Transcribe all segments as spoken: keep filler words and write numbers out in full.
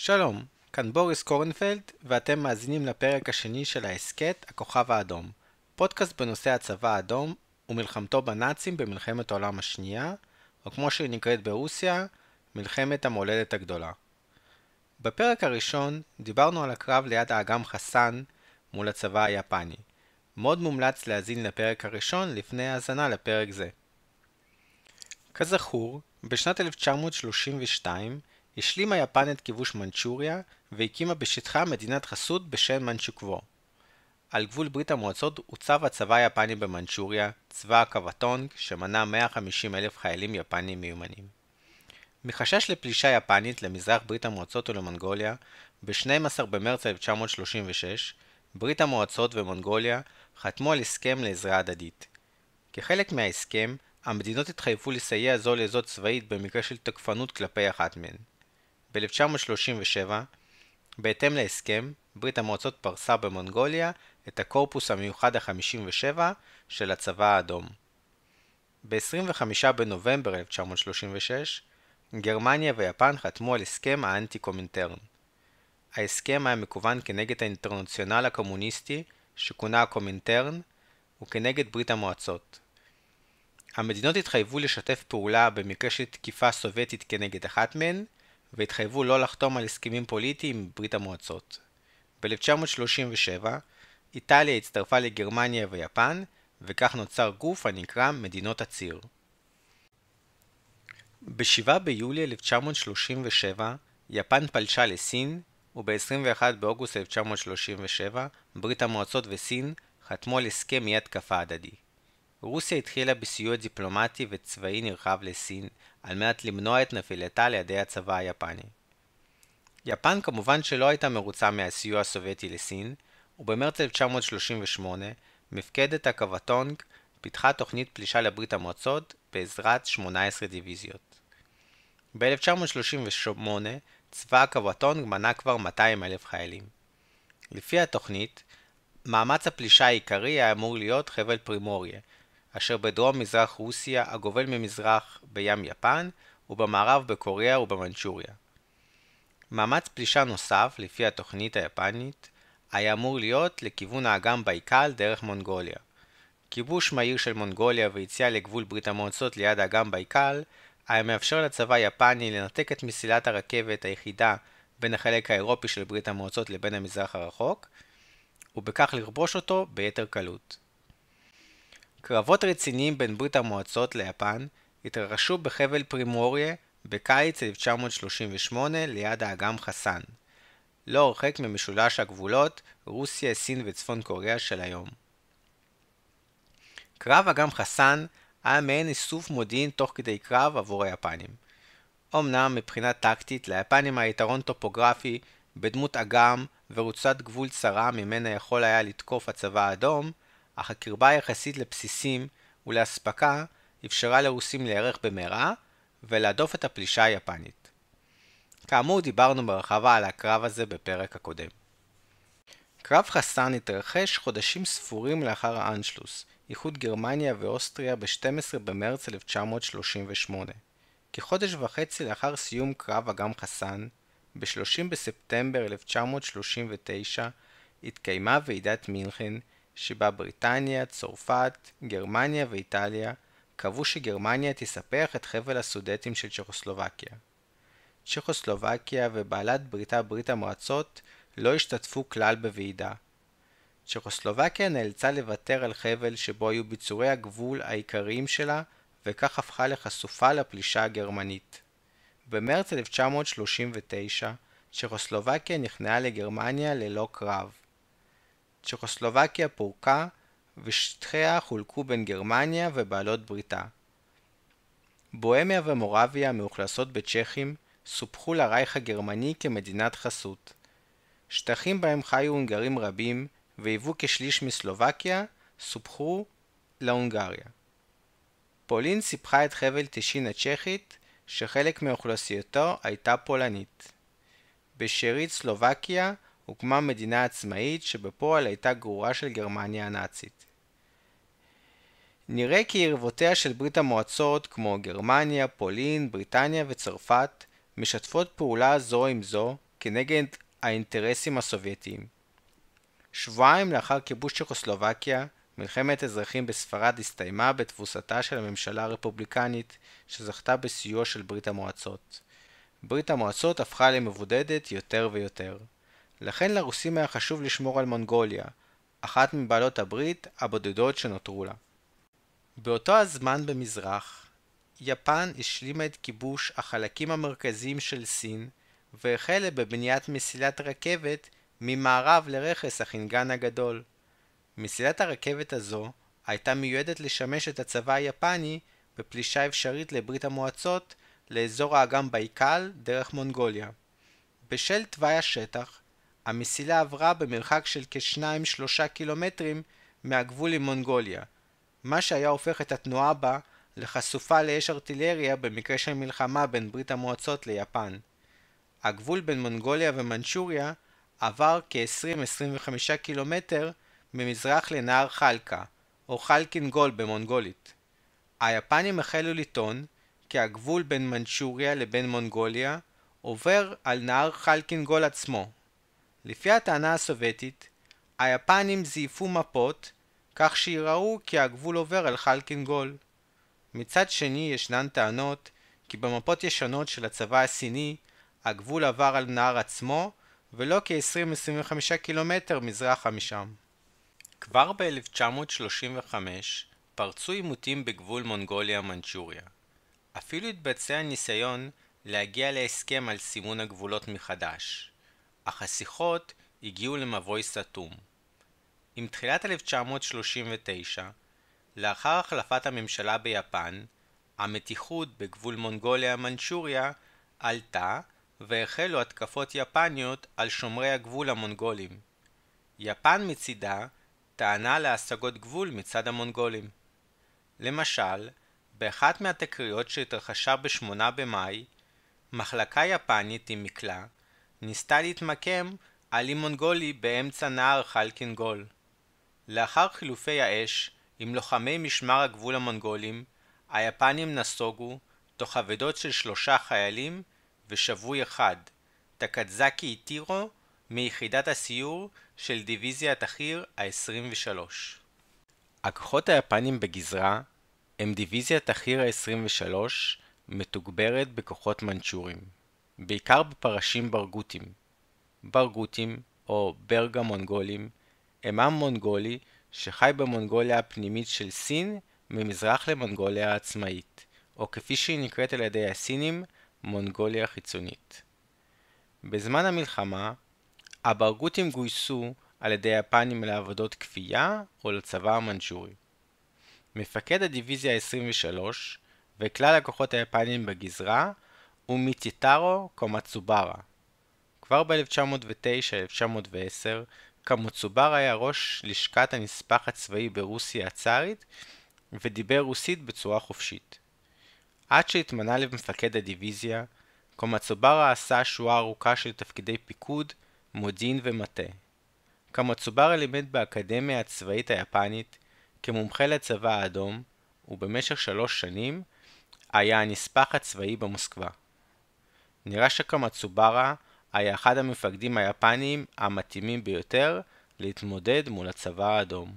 שלום, כאן בוריס קורנפלד, ואתם מאזינים לפרק השני של ההסכת הכוכב האדום, פודקאסט בנושא הצבא האדום ומלחמתו בנאצים במלחמת העולם השנייה, או כמו שהיא נקראת ברוסיה, מלחמת המולדת הגדולה. בפרק הראשון דיברנו על הקרב ליד האגם חסן מול הצבא היפני. מאוד מומלץ להאזין לפרק הראשון לפני האזנה לפרק זה. כזכור, בשנת אלף תשע מאות שלושים ושתיים השלימה יפן את כיבוש מנצ'וריה והקימה בשטחה מדינת חסות בשם מנצ'וקוו. על גבול ברית המועצות הוצב הצבא היפני במנצ'וריה, צבא הקוואטונג, שמנה מאה וחמישים אלף חיילים יפנים מיומנים. מחשש לפלישה יפנית למזרח ברית המועצות ולמונגוליה, ב-שנים עשר במרץ אלף תשע מאות שלושים ושש, ברית המועצות ומונגוליה חתמו על הסכם לעזרה הדדית. כחלק מההסכם, המדינות התחייבו לסייע זו לזו צבאית במקרה של תקפנות כלפי אחת מהן. ב-אלף תשע מאות שלושים ושבע, בהתאם להסכם, ברית המועצות פרסה במונגוליה את הקורפוס המיוחד ה-חמישים ושבע של הצבא האדום. ב-עשרים וחמישה בנובמבר אלף תשע מאות שלושים ושש, גרמניה ויפן חתמו על הסכם האנטי-קומינטרן. ההסכם היה מקוון כנגד האינטרנציונל הקומוניסטי, שכונה הקומינטרן, וכנגד ברית המועצות. המדינות התחייבו לשתף פעולה במקרה של תקיפה סובייטית כנגד אחת מהן, והתחייבו לא לחתום על הסכמים פוליטיים עם ברית המועצות. ב-אלף תשע מאות שלושים ושבע, איטליה הצטרפה לגרמניה ויפן, וכך נוצר גוף הנקרא מדינות הציר. ב-שבעה ביולי אלף תשע מאות שלושים ושבע, יפן פלשה לסין, וב-עשרים ואחד באוגוסט אלף תשע מאות שלושים ושבע, ברית המועצות וסין חתמו על הסכם אי התקפה הדדי. רוסיה התחילה בסיוע דיפלומטי וצבאי נרחב לסין, על מנת למנוע את נפילתה על ידי הצבא היפני. יפן כמובן שלא הייתה מרוצה מהסיוע הסובייטי לסין, ובמרץ אלף תשע מאות שלושים ושמונה, מפקדת הקוואטונג פיתחה תוכנית פלישה לברית המועצות בעזרת שמונה עשרה דיוויזיות. ב-אלף תשע מאות שלושים ושמונה, צבא הקוואטונג מנה כבר מאתיים אלף חיילים. לפי התוכנית, מאמץ הפלישה העיקרי היה אמור להיות חבל פרימוריה, אשר בדרום מזרח רוסיה הגובל ממזרח בים יפן, ובמערב בקוריאה ובמנצ'וריה. מאמץ פלישה נוסף, לפי התוכנית היפנית, היה אמור להיות לכיוון האגם בייקל דרך מונגוליה. כיבוש מהיר של מונגוליה ויציאה לגבול ברית המועצות ליד האגם בייקל, היה מאפשר לצבא היפני לנתק את מסילת הרכבת היחידה בין החלק האירופי של ברית המועצות לבין המזרח הרחוק, ובכך לכבוש אותו ביתר קלות. קרבות רציניים בין ברית המועצות ליפן התרחשו בחבל פרימוריה בקיץ אלף תשע מאות שלושים ושמונה ליד האגם חסן, לא הרחק ממשולש הגבולות רוסיה, סין וצפון קוריאה של היום. קרב אגם חסן היה מעין איסוף מודיעין תוך כדי קרב עבור היפנים. אמנם מבחינה טקטית ליפנים היתרון טופוגרפי בדמות אגם ורוצת גבול צרה ממנה יכול היה לתקוף הצבא האדום, אך הקרבה יחסית לבסיסים ולהספקה אפשרה לרוסים להיערך במהרה ולהדוף את הפלישה היפנית. כאמור דיברנו ברחבה על הקרב הזה בפרק הקודם. קרב חסן התרחש חודשים ספורים לאחר האנשלוס, איחוד גרמניה ואוסטריה ב-שנים עשר במרץ אלף תשע מאות שלושים ושמונה. כחודש וחצי לאחר סיום קרב אגם חסן, ב-שלושים בספטמבר אלף תשע מאות שלושים ותשע התקיימה ועידת מינכן, שבה בריטניה, צרפת, גרמניה ואיטליה קבעו שגרמניה תספח את חבל הסודטים של צ'כוסלובקיה. צ'כוסלובקיה ובעלת בריתה ברית המועצות לא השתתפו כלל בוועידה. צ'כוסלובקיה נאלצה לוותר על חבל שבו היו ביצורי הגבול העיקריים שלה, וכך הפכה לחשופה לפלישה הגרמנית. במרץ אלף תשע מאות שלושים ותשע, צ'כוסלובקיה נכנעה לגרמניה ללא קרב. צ'כוסלובקיה פורקה ושטחיה חולקו בין גרמניה ובעלות בריתה. בוהמיה ומורביה המאוכלסות בצ'כים סופחו לרייך הגרמני כמדינת חסות. שטחים בהם חיו הונגרים רבים והיוו כשליש מסלובקיה סופחו להונגריה. פולין סיפחה את חבל טישין הצ'כית שחלק מאוכלוסייתו הייתה פולנית. בשארית סלובקיה הוקמה מדינה עצמאית שבפועל הייתה גרורה של גרמניה הנאצית. נראה כי יריבותיה של ברית המועצות כמו גרמניה, פולין, בריטניה וצרפת משתפות פעולה זו עם זו כנגד האינטרסים הסובייטיים. שבועיים לאחר כיבוש צ'כוסלובקיה, מלחמת אזרחים בספרד הסתיימה בתבוסתה של הממשלה הרפובליקנית שזכתה בסיוע של ברית המועצות. ברית המועצות הפכה למבודדת יותר ויותר. לכן לרוסים היה חשוב לשמור על מונגוליה, אחת מבעלות הברית הבודדות שנותרו לה. באותו הזמן במזרח, יפן השלימה את כיבוש החלקים המרכזיים של סין והחלה בבניית מסילת רכבת ממערב לרכס החינגן הגדול. מסילת הרכבת הזו הייתה מיועדת לשמש את הצבא היפני בפלישה אפשרית לברית המועצות לאזור האגם בייקל דרך מונגוליה. בשל תוואי השטח, המסילה עברה במרחק של כשניים שלושה קילומטרים מהגבול עם מונגוליה, מה שהיה הופך את התנועה בה לחשופה לאש ארטילריה במקרה של מלחמה בין ברית המועצות ליפן. הגבול בין מונגוליה ומנצ'וריה עבר כ-עשרים עד עשרים וחמישה קילומטר ממזרח לנהר חלקה, או חלקינגול במונגולית. היפנים החלו לטעון כי הגבול בין מנצ'וריה לבין מונגוליה עובר על נהר חלקינגול עצמו. לפי הטענה הסובייטית, היפנים זייפו מפות כך שיראו כי הגבול עובר על חלקינגול. מצד שני ישנן טענות כי במפות ישנות של הצבא הסיני הגבול עבר על נהר עצמו ולא כ-עשרים עד עשרים וחמישה קילומטר מזרחה משם. כבר ב-אלף תשע מאות שלושים וחמש פרצו עימותים בגבול מונגוליה-מנצ'וריה. אפילו התבצע ניסיון להגיע להסכם על סימון הגבולות מחדש, אך השיחות הגיעו למבוי סתום. עם תחילת אלף תשע מאות שלושים ותשע, לאחר החלפת הממשלה ביפן, המתיחות בגבול מונגוליה-מנצ'וריה עלתה והחלו התקפות יפניות על שומרי הגבול המונגולים. יפן מצידה טענה להשגות גבול מצד המונגולים. למשל, באחת מהתקריות שהתרחשה בשמונה במאי, מחלקה יפנית עם מקלע ניסתה להתמקם על אי מונגולי באמצע נהר חלקינגול. לאחר חילופי האש עם לוחמי משמר הגבול המונגולים, היפנים נסוגו תוך אבדות של שלושה חיילים ושבוי אחד, טקדזקי איטירו מיחידת הסיור של דיוויזיית החי"ר ה-עשרים ושלוש. הכוחות היפנים בגזרה הם דיוויזיית החי"ר ה-עשרים ושלוש מתוגברת בכוחות מנצ'ורים, בעיקר בפרשים ברגותים. ברגותים או ברגה מונגולים הם עם מונגולי שחי במונגוליה הפנימית של סין ממזרח למונגוליה העצמאית, או כפי שהיא נקראת על ידי הסינים, מונגוליה חיצונית. בזמן המלחמה, הברגותים גויסו על ידי היפנים לעבודות כפייה או לצבא המנצ'ורי. מפקד הדיוויזיה ה-עשרים ושלוש וכלל הכוחות היפנים בגזרה הוא מיציטארו קומצוברה. כבר ב-אלף תשע מאות ותשע עד אלף תשע מאות ועשר קומצוברה היה ראש לשכת הנספח הצבאי ברוסיה הצארית ודיבר רוסית בצורה חופשית. עד שהתמנה למפקד הדיוויזיה, קומצוברה עשה שורה ארוכה של תפקידי פיקוד, מודיעין ומטה. קומצוברה לימד באקדמיה הצבאית היפנית כמומחה לצבא האדום, ובמשך שלוש שנים היה הנספח הצבאי במוסקבה. נראה שקומצוברה היה אחד המפקדים היפניים המתאימים ביותר להתמודד מול הצבא האדום.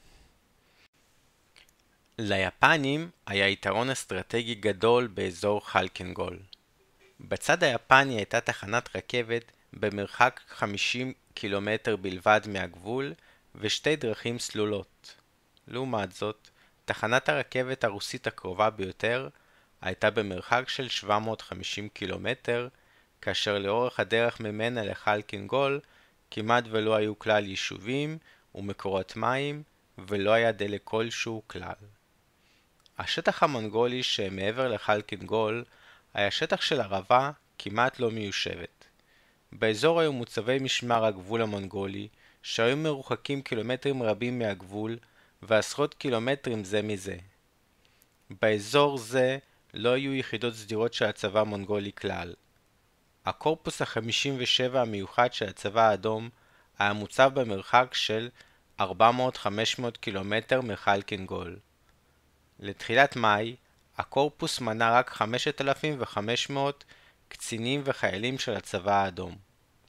ליפנים היה יתרון אסטרטגי גדול באזור חלקינגול. בצד היפני הייתה תחנת רכבת במרחק חמישים קילומטר בלבד מהגבול ושתי דרכים סלולות. לעומת זאת, תחנת הרכבת הרוסית הקרובה ביותר הייתה במרחק של שבע מאות וחמישים קילומטר, כאשר לאורך הדרך ממנה לחלקינגול כמעט ולא היו כלל יישובים ומקורות מים ולא היה דלק כלשהו כלל. השטח המונגולי שמעבר לחלקינגול היה שטח של ערבה כמעט לא מיושבת. באזור היו מוצבי משמר הגבול המונגולי שהיו מרוחקים קילומטרים רבים מהגבול ועשרות קילומטרים זה מזה. באזור זה לא היו יחידות סדירות של הצבא המונגולי כלל. הקורפוס ה-חמישים ושבע המיוחד של הצבא האדום היה מוצב במרחק של ארבע מאות עד חמש מאות קילומטר מחלקינגול. לתחילת מאי, הקורפוס מנה רק חמשת אלפים וחמש מאות קצינים וחיילים של הצבא האדום.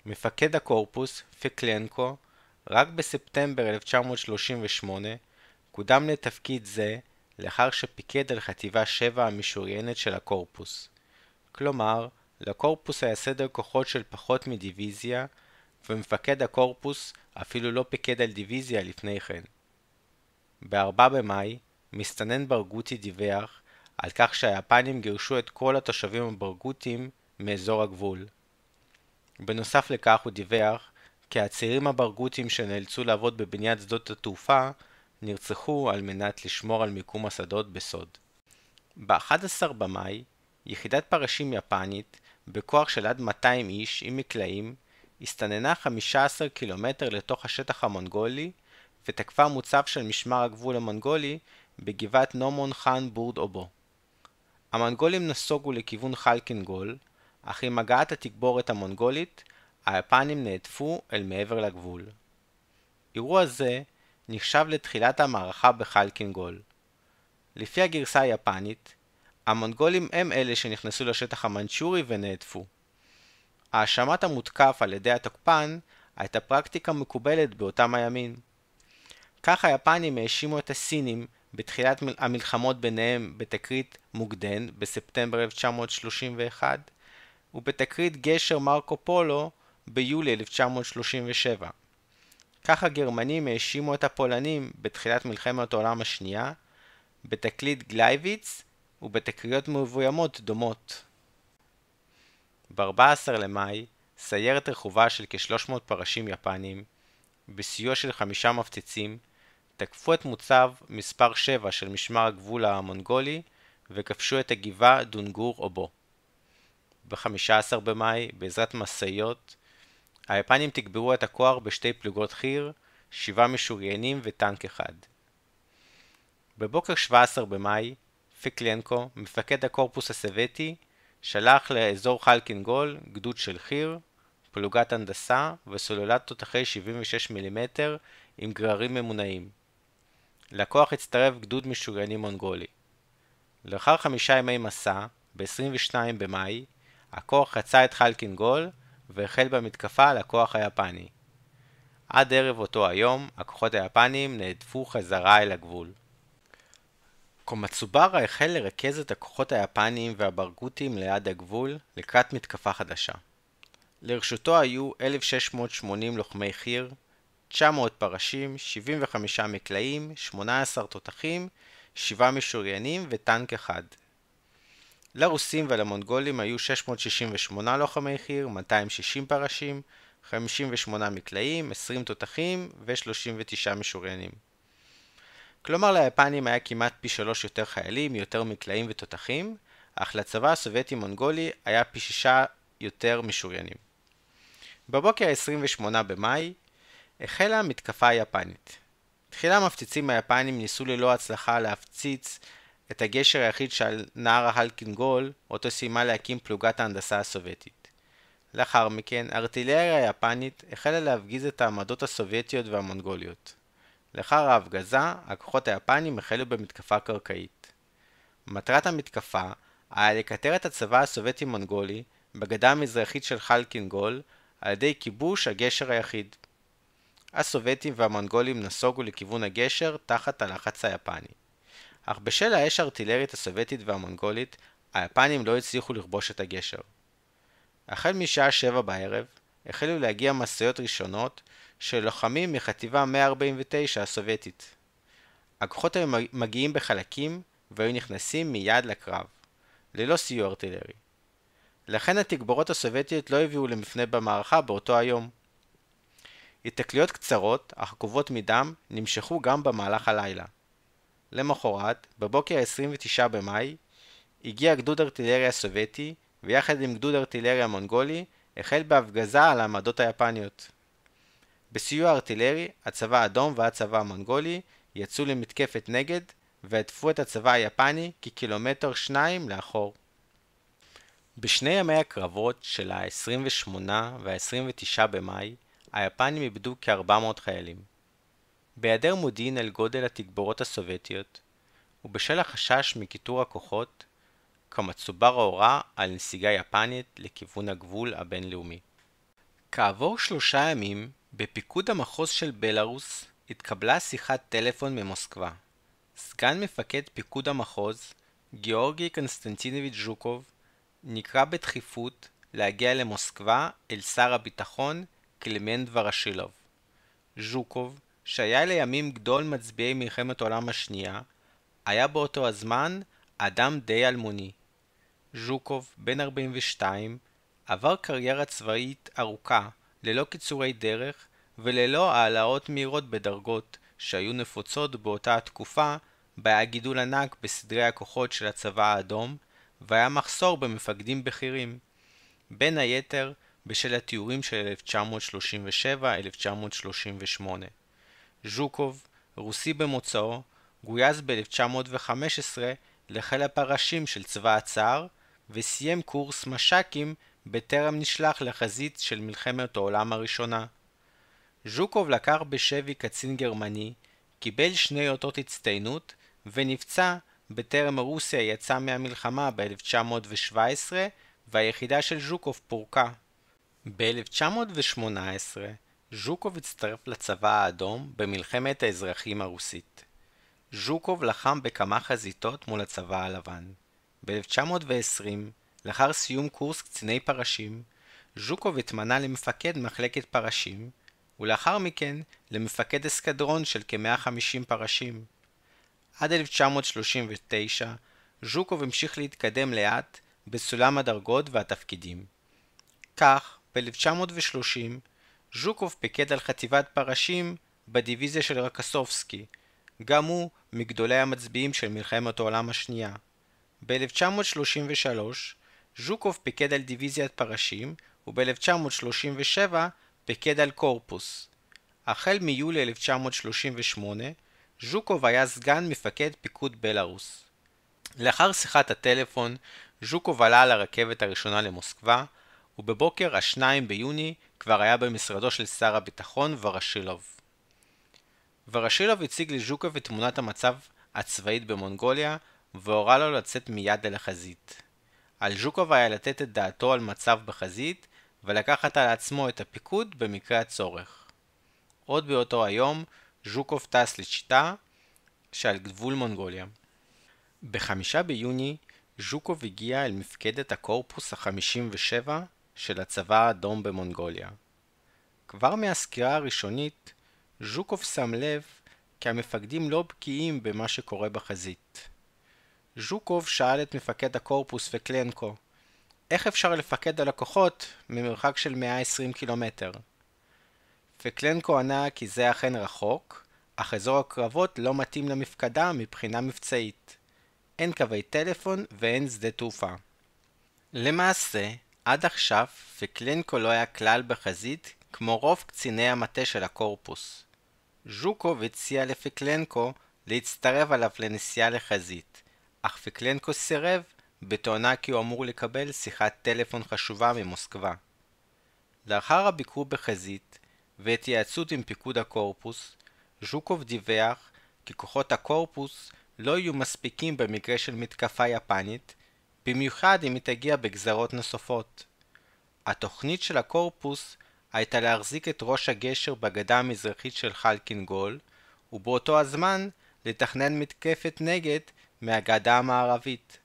מפקד הקורפוס, פיקלנקו, רק בספטמבר אלף תשע מאות שלושים ושמונה קודם לתפקיד זה לאחר שפיקד על חטיבה שבע המשוריינת של הקורפוס. כלומר, לקורפוס היה סדר כוחות של פחות מדיוויזיה, ומפקד הקורפוס אפילו לא פיקד על דיוויזיה לפני כן. ב-ארבעה במאי, מסתנן ברגותי דיווח על כך שהיפנים גירשו את כל התושבים הברגותים מאזור הגבול. בנוסף לכך הוא דיווח כי הצעירים הברגותים שנאלצו לעבוד בבניית שדות התעופה נרצחו על מנת לשמור על מיקום השדות בסוד. ב-אחד עשר במאי, יחידת פרשים יפנית, בכוח של עד מאתיים איש עם מקלעים, הסתננה חמישה עשר קילומטר לתוך השטח המונגולי ותקפה מוצב של משמר הגבול המונגולי בגבעת נומון חאן בורד אובו. המונגולים נסוגו לכיוון חלקינגול, אך עם הגעת התגבורת המונגולית, היפנים נעטפו אל מעבר לגבול. אירוע זה נחשב לתחילת המערכה בחלקינגול. לפי הגרסה היפנית, המונגולים הם אלה שנכנסו לשטח המנצ'ורי ונעטפו. האשמת המותקף על ידי התוקפן הייתה פרקטיקה מקובלת באותם הימים. כך היפנים האשימו את הסינים בתחילת המלחמות ביניהם בתקרית מוקדן בספטמבר אלף תשע מאות שלושים ואחת ובתקרית גשר מרקו פולו ביולי אלף תשע מאות שלושים ושבע. כך הגרמנים האשימו את הפולנים בתחילת מלחמת העולם השנייה בתקרית גלייביץ ובתקריות מבוימות דומות. ב-ארבעה עשר למאי, סיירת רכובה של כ-שלוש מאות פרשים יפנים, בסיוע של חמישה מפציצים, תקפו את מוצב מספר שבע של משמר הגבול המונגולי וכבשו את הגבעה דונגור אובו. ב-חמישה עשר במאי, בעזרת מסעיות, היפנים תגברו את הכוח בשתי פלוגות חי"ר, שבעה משוריינים וטנק אחד. בבוקר שבעה עשר במאי, פיקלנקו, מפקד הקורפוס הסובייטי, שלח לאזור חלקינגול גדוד של חי"ר, פלוגת הנדסה וסוללת תותחי שבעים ושש מילימטר עם גררים ממונעים. לכוח הצטרף גדוד משוריינים מונגולי. לאחר חמישה ימי מסע, ב-עשרים ושניים במאי, הכוח חצה את חלקינגול והחל במתקפה על הכוח היפני. עד ערב אותו היום, הכוחות היפניים נהדפו חזרה אל הגבול. קומצוברה החל לרכז את הכוחות היפניים והברגותים ליד הגבול לקראת מתקפה חדשה. לרשותו היו אלף שש מאות ושמונים לוחמי חי"ר, תשע מאות פרשים, שבעים וחמישה מקלעים, שמונה עשר תותחים, שבעה משוריינים וטנק אחד. לרוסים ולמונגולים היו שש מאות שישים ושמונה לוחמי חי"ר, מאתיים ושישים פרשים, חמישים ושמונה מקלעים, עשרים תותחים ו-שלושים ותשעה משוריינים. כלומר ליפנים היה כמעט פי שלוש יותר חיילים, יותר מקלעים ותותחים, אך לצבא הסובייטי-מונגולי היה פי שישה יותר משוריינים. בבוקר ה-עשרים ושמונה במאי החלה המתקפה היפנית. תחילה המפציצים היפנים ניסו ללא הצלחה להפציץ את הגשר היחיד של נהר ההלקינגול, אותו סיימה להקים פלוגת ההנדסה הסובייטית. לאחר מכן, הארטילריה היפנית החלה להפגיז את העמדות הסובייטיות והמונגוליות. לאחר ההפגזה, הכוחות היפנים החלו במתקפה קרקעית. מטרת המתקפה היה לקטר את הצבא הסובייטי-מונגולי בגדה המזרחית של חלקינגול על ידי כיבוש הגשר היחיד. הסובייטים והמונגולים נסוגו לכיוון הגשר תחת הלחץ היפני. אך בשל האש הארטילרית הסובייטית והמונגולית, היפנים לא הצליחו לכבוש את הגשר. החל משעה שבע בערב, החלו להגיע מסעיות ראשונות של לוחמים מחטיבה מאה ארבעים ותשע הסובייטית. הכוחות היו מגיעים בחלקים והיו נכנסים מיד לקרב, ללא סיוע ארטילרי. לכן התגבורות הסובייטיות לא הביאו למפנה במערכה באותו היום. התקליות קצרות, אך עקובות מדם, נמשכו גם במהלך הלילה. למחרת, בבוקר ה-עשרים ותשעה במאי, הגיע גדוד ארטילריה סובייטי, ויחד עם גדוד ארטילריה מונגולי, החל בהפגזה על העמדות היפניות. בסיוע ארטילרי, הצבא האדום והצבא המונגולי יצאו למתקפת נגד, והדפו את הצבא היפני כקילומטר שניים לאחור. בשני ימי הקרבות של ה-עשרים ושמונה וה-עשרים ותשעה במאי, היפנים איבדו כ-ארבע מאות חיילים. בהיעדר מודיעין על גודל התגבורות הסובייטיות, ובשל החשש מכיתור הכוחות, קומצוברה הורה על נסיגה יפנית לכיוון הגבול הבינלאומי. כעבור שלושה ימים, בפיקוד המחוז של בלארוס, התקבלה שיחת טלפון ממוסקבה. סגן מפקד פיקוד המחוז, גיאורגי קונסטנטינוביץ' ז'וקוב, נקרא בדחיפות להגיע למוסקבה אל שר הביטחון קלמנט ורשילוב. ז'וקוב, שהיה לימים גדול מצביעי מלחמת העולם השנייה, היה באותו הזמן אדם די אלמוני. ז'וקוב, בן ארבעים ושתיים, עבר קריירה צבאית ארוכה, ללא קיצורי דרך וללא העלאות מהירות בדרגות שהיו נפוצות באותה התקופה, בה היה גידול ענק בסדרי הכוחות של הצבא האדום, והיה מחסור במפקדים בכירים. בין היתר בשל התיאורים של אלף תשע מאות שלושים ושבע עד אלף תשע מאות שלושים ושמונה. ז'וקוב, רוסי במוצאו, גויס ב-אלף תשע מאות וחמש עשרה לחיל הפרשים של צבא הצאר, וסיים קורס מש"קים בטרם נשלח לחזית של מלחמת העולם הראשונה. ז'וקוב לקח בשבי קצין גרמני, קיבל שני אותות הצטיינות, ונפצע בטרם רוסיה יצאה מהמלחמה ב-אלף תשע מאות שבע עשרה, והיחידה של ז'וקוב פורקה. ב-אלף תשע מאות שמונה עשרה ז'וקוב הצטרף לצבא האדום במלחמת האזרחים הרוסית. ז'וקוב לחם בכמה חזיתות מול הצבא הלבן. ב-אלף תשע מאות ועשרים, לאחר סיום קורס קציני פרשים, ז'וקוב התמנה למפקד מחלקת פרשים, ולאחר מכן למפקד אסקדרון של כ-מאה וחמישים פרשים. עד אלף תשע מאות שלושים ותשע, ז'וקוב המשיך להתקדם לאט בסולם הדרגות והתפקידים. כך, ב-אלף תשע מאות ושלושים, ז'וקוב פיקד על חטיבת פרשים בדיוויזיה של רקסובסקי, גם הוא מגדולי המצביעים של מלחמת העולם השנייה. ב-אלף תשע מאות שלושים ושלוש, ז'וקוב פיקד על דיוויזיית פרשים, וב-אלף תשע מאות שלושים ושבע פיקד על קורפוס. החל מיולי אלף תשע מאות שלושים ושמונה, ז'וקוב היה סגן מפקד פיקוד בלארוס. לאחר שיחת הטלפון, ז'וקוב עלה על הרכבת הראשונה למוסקבה, ובבוקר השניים ביוני כבר היה במשרדו של שר הביטחון ורשילוב. ורשילוב הציג לז'וקוב את תמונת המצב הצבאית במונגוליה, והורה לו לצאת מיד אל החזית. על ז'וקוב היה לתת את דעתו על מצב בחזית, ולקחת על עצמו את הפיקוד במקרה הצורך. עוד באותו היום, ז'וקוב טס לצ'יטה שעל גבול מונגוליה. בחמישה ביוני, ז'וקוב הגיע אל מפקדת הקורפוס ה-חמישים ושבע של הצבא האדום במונגוליה. כבר מהסקירה הראשונית, ז'וקוב שם לב כי המפקדים לא בקיאים במה שקורה בחזית. ז'וקוב שאל את מפקד הקורפוס פקלנקו, איך אפשר לפקד על הכוחות ממרחק של מאה ועשרים קילומטר? פקלנקו ענה כי זה אכן רחוק, אך אזור הקרבות לא מתאים למפקדה מבחינה מבצעית. אין קווי טלפון ואין שדה תעופה. למעשה, עד עכשיו פקלנקו לא היה כלל בחזית כמו רוב קציני המטה של הקורפוס. ז'וקוב הציע לפקלנקו להצטרף עליו לנסיעה לחזית, אך פקלנקו סירב בטענה כי הוא אמור לקבל שיחת טלפון חשובה ממוסקבה. לאחר הביקור בחזית והתייעצות עם פיקוד הקורפוס, ז'וקוב דיווח כי כוחות הקורפוס לא יהיו מספיקים במקרה של מתקפה יפנית, במיוחד אם היא תגיע בגזרות נוספות. התוכנית של הקורפוס הייתה להחזיק את ראש הגשר בגדה המזרחית של חלקין גול, ובאותו הזמן לתכנן מתקפת נגד מהגדה המערבית.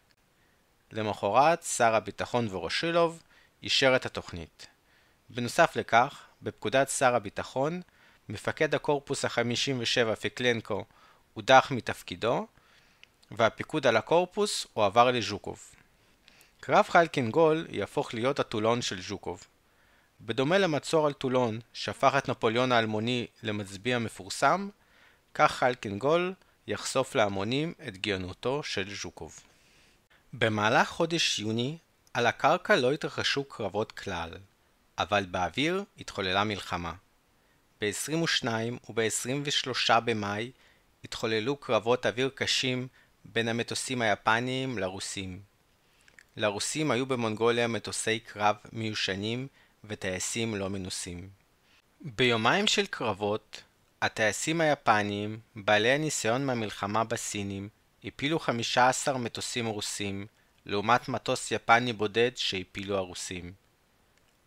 למחרת שר הביטחון ורשילוב אישר את התוכנית. בנוסף לכך, בפקודת שר הביטחון, מפקד הקורפוס ה-חמישים ושבע פקלנקו הודח מתפקידו, והפיקוד על הקורפוס הועבר לז'וקוב. קרב חלקין גול יהפוך להיות הטולון של ז'וקוב. בדומה למצור על טולון שהפך את נפוליאון האלמוני למצביע מפורסם, כך חלקין גול יחשוף להמונים את גאונותו של ז'וקוב. במהלך חודש יוני על הקרקע לא התרחשו קרבות כלל, אבל באוויר התחוללה מלחמה. ב-עשרים ושניים וב-עשרים ושלושה במאי התחוללו קרבות אוויר קשים בין המטוסים היפניים לרוסים. לרוסים היו במונגוליה מטוסי קרב מיושנים וטייסים לא מנוסים. ביומיים של קרבות, הטייסים היפניים, בעלי הניסיון מהמלחמה בסינים, הפילו חמישה עשר מטוסים רוסים, לעומת מטוס יפני בודד שהפילו הרוסים.